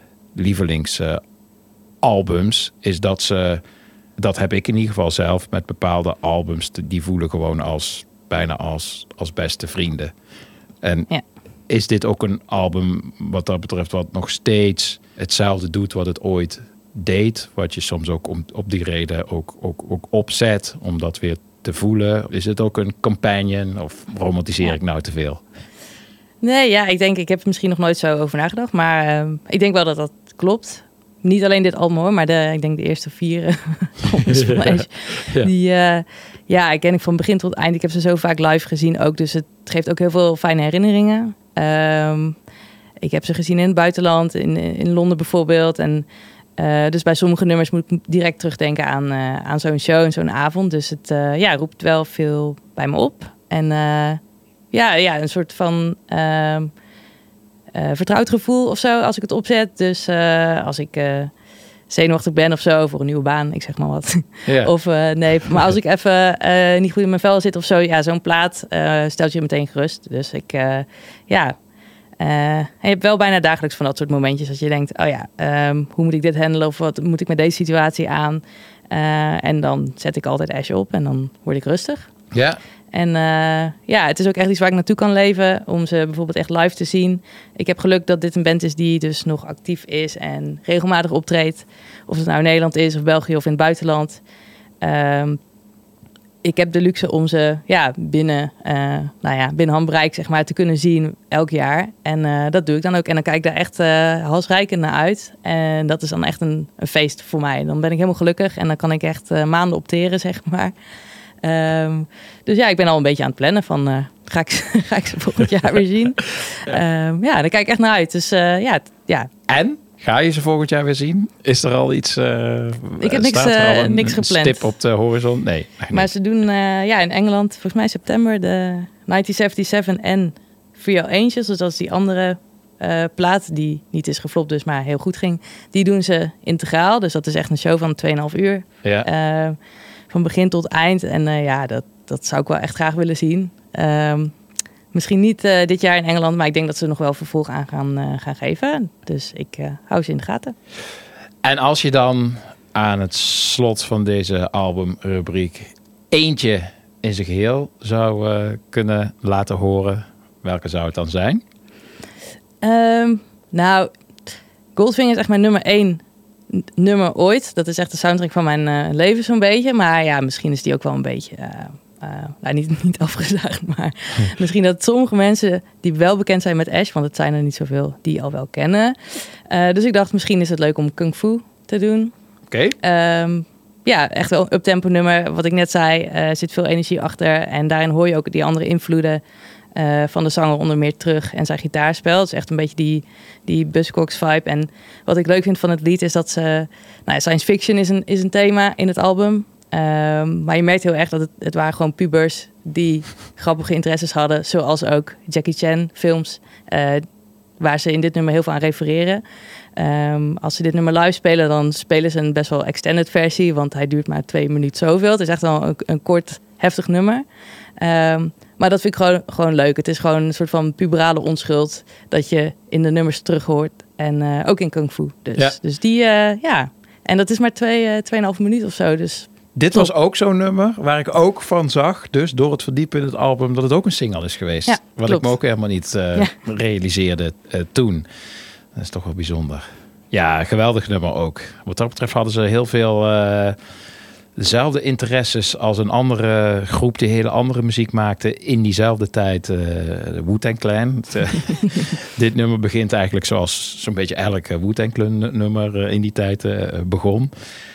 lievelingsalbums. Uh, is dat ze, dat heb ik in ieder geval zelf met bepaalde albums. Die voelen gewoon als bijna als, als beste vrienden. En ja. Is dit ook een album wat dat betreft wat nog steeds hetzelfde doet wat het ooit deed, wat je soms ook om, op die reden ook, ook, ook opzet om dat weer te voelen? Is het ook een companion of romantiseer ja. ik nou te veel? Nee, ja, ik denk, ik heb er misschien nog nooit zo over nagedacht, maar uh, ik denk wel dat dat klopt. Niet alleen dit album hoor, maar de, ik denk de eerste vier albums van Ash. Ja. Die, uh, ja, ik ken ik van begin tot eind. Ik heb ze zo vaak live gezien ook, dus het geeft ook heel veel fijne herinneringen. Um, ik heb ze gezien in het buitenland, in, in Londen bijvoorbeeld. En uh, dus bij sommige nummers moet ik direct terugdenken aan, uh, aan zo'n show en zo'n avond. Dus het uh, ja, roept wel veel bij me op. En uh, ja, ja, een soort van uh, uh, vertrouwd gevoel of zo als ik het opzet. Dus uh, als ik uh, zenuwachtig ben of zo voor een nieuwe baan, ik zeg maar wat. Ja. Of uh, nee, maar als ik even uh, niet goed in mijn vel zit of zo, ja, zo'n plaat uh, stelt je meteen gerust. Dus ik, uh, ja... Uh, en je hebt wel bijna dagelijks van dat soort momentjes dat je denkt, oh ja, um, hoe moet ik dit handelen of wat moet ik met deze situatie aan? Uh, en dan zet ik altijd Ash op en dan word ik rustig. Ja. En uh, ja, het is ook echt iets waar ik naartoe kan leven om ze bijvoorbeeld echt live te zien. Ik heb geluk dat dit een band is die dus nog actief is en regelmatig optreedt. Of het nou in Nederland is of België of in het buitenland. Um, Ik heb de luxe om ze ja, binnen, uh, nou ja, binnen handbereik zeg maar, te kunnen zien elk jaar. En uh, dat doe ik dan ook. En dan kijk ik daar echt uh, halsrijkend naar uit. En dat is dan echt een, een feest voor mij. Dan ben ik helemaal gelukkig en dan kan ik echt uh, maanden opteren, zeg maar. Um, dus ja, ik ben al een beetje aan het plannen van... Uh, ga, ik, ga ik ze volgend jaar weer zien? Um, ja, daar kijk ik echt naar uit. Dus uh, ja, t- ja. En? Ga je ze volgend jaar weer zien? Is er al iets... Uh, ik heb niks, uh, een, niks gepland. Een stip op de horizon? Nee. Maar niet. Ze doen uh, ja, in Engeland, volgens mij september, de negentien zevenenzeventig en Free All Angels. Dus dat is die andere uh, plaat die niet is geflopt, dus maar heel goed ging. Die doen ze integraal. Dus dat is echt een show van twee en een half uur. Ja. Uh, van begin tot eind. En uh, ja, dat, dat zou ik wel echt graag willen zien. Um, Misschien niet uh, dit jaar in Engeland, maar ik denk dat ze nog wel vervolg aan gaan, uh, gaan geven. Dus ik uh, hou ze in de gaten. En als je dan aan het slot van deze albumrubriek eentje in zijn geheel zou uh, kunnen laten horen, welke zou het dan zijn? Um, nou, Goldfinger is echt mijn nummer één n- nummer ooit. Dat is echt de soundtrack van mijn uh, leven zo'n beetje. Maar ja, misschien is die ook wel een beetje... Uh, uh, nou, niet, niet afgezaagd, maar hm. misschien dat sommige mensen die wel bekend zijn met Ash, want het zijn er niet zoveel, die al wel kennen. Uh, dus ik dacht, misschien is het leuk om Kung Fu te doen. Oké. Okay. Um, ja, echt wel een uptempo nummer. Wat ik net zei, er uh, zit veel energie achter. En daarin hoor je ook die andere invloeden uh, van de zanger onder meer terug. En zijn gitaarspel. Het is echt een beetje die, die Buzzcocks vibe. En wat ik leuk vind van het lied is dat ze... Nou, science fiction is een, is een thema in het album. Um, maar je merkt heel erg dat het, het waren gewoon pubers die grappige interesses hadden. Zoals ook Jackie Chan films. Uh, waar ze in dit nummer heel veel aan refereren. Um, als ze dit nummer live spelen, dan spelen ze een best wel extended versie. Want hij duurt maar twee minuten zoveel. Het is echt wel een, een kort, heftig nummer. Um, maar dat vind ik gewoon, gewoon leuk. Het is gewoon een soort van puberale onschuld dat je in de nummers terug hoort. En uh, ook in Kung Fu. Dus, ja. dus die, uh, ja. En dat is maar twee, uh, tweeënhalf minuut of zo. Dus dit was ook zo'n nummer waar ik ook van zag, dus door het verdiepen in het album, dat het ook een single is geweest. Ja, wat klopt. Ik me ook helemaal niet uh, ja. realiseerde uh, toen. Dat is toch wel bijzonder. Ja, geweldig nummer ook. Wat dat betreft hadden ze heel veel uh, dezelfde interesses als een andere groep die hele andere muziek maakte in diezelfde tijd. Uh, de Wu-Tang Clan. uh, dit nummer begint eigenlijk zoals zo'n beetje elk Wu-Tang Clan nummer uh, in die tijd uh, begon.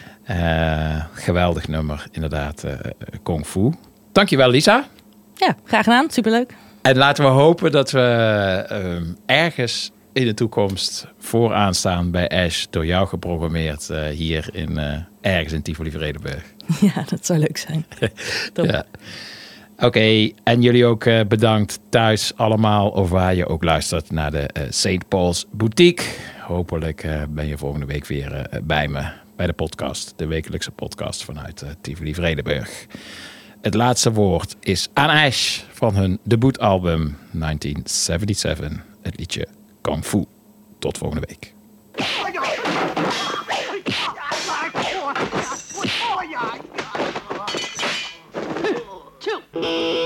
Uh, geweldig nummer, inderdaad. Uh, Kung Fu. Dankjewel, Lisa. Ja, graag gedaan. Superleuk. En laten we hopen dat we uh, ergens in de toekomst vooraan staan bij Ash, door jou geprogrammeerd uh, hier in uh, ergens in Tivoli-Vredenburg. Ja, dat zou leuk zijn. Ja. Oké, okay, en jullie ook uh, bedankt thuis allemaal, of waar je ook luistert naar de uh, Saint Paul's Boutique. Hopelijk uh, ben je volgende week weer uh, bij me, bij de podcast, de wekelijkse podcast vanuit uh, Tivoli-Vredenburg. Het laatste woord is aan Ash van hun debuutalbum negentien zevenenzeventig, het liedje Kung Fu. Tot volgende week. Two.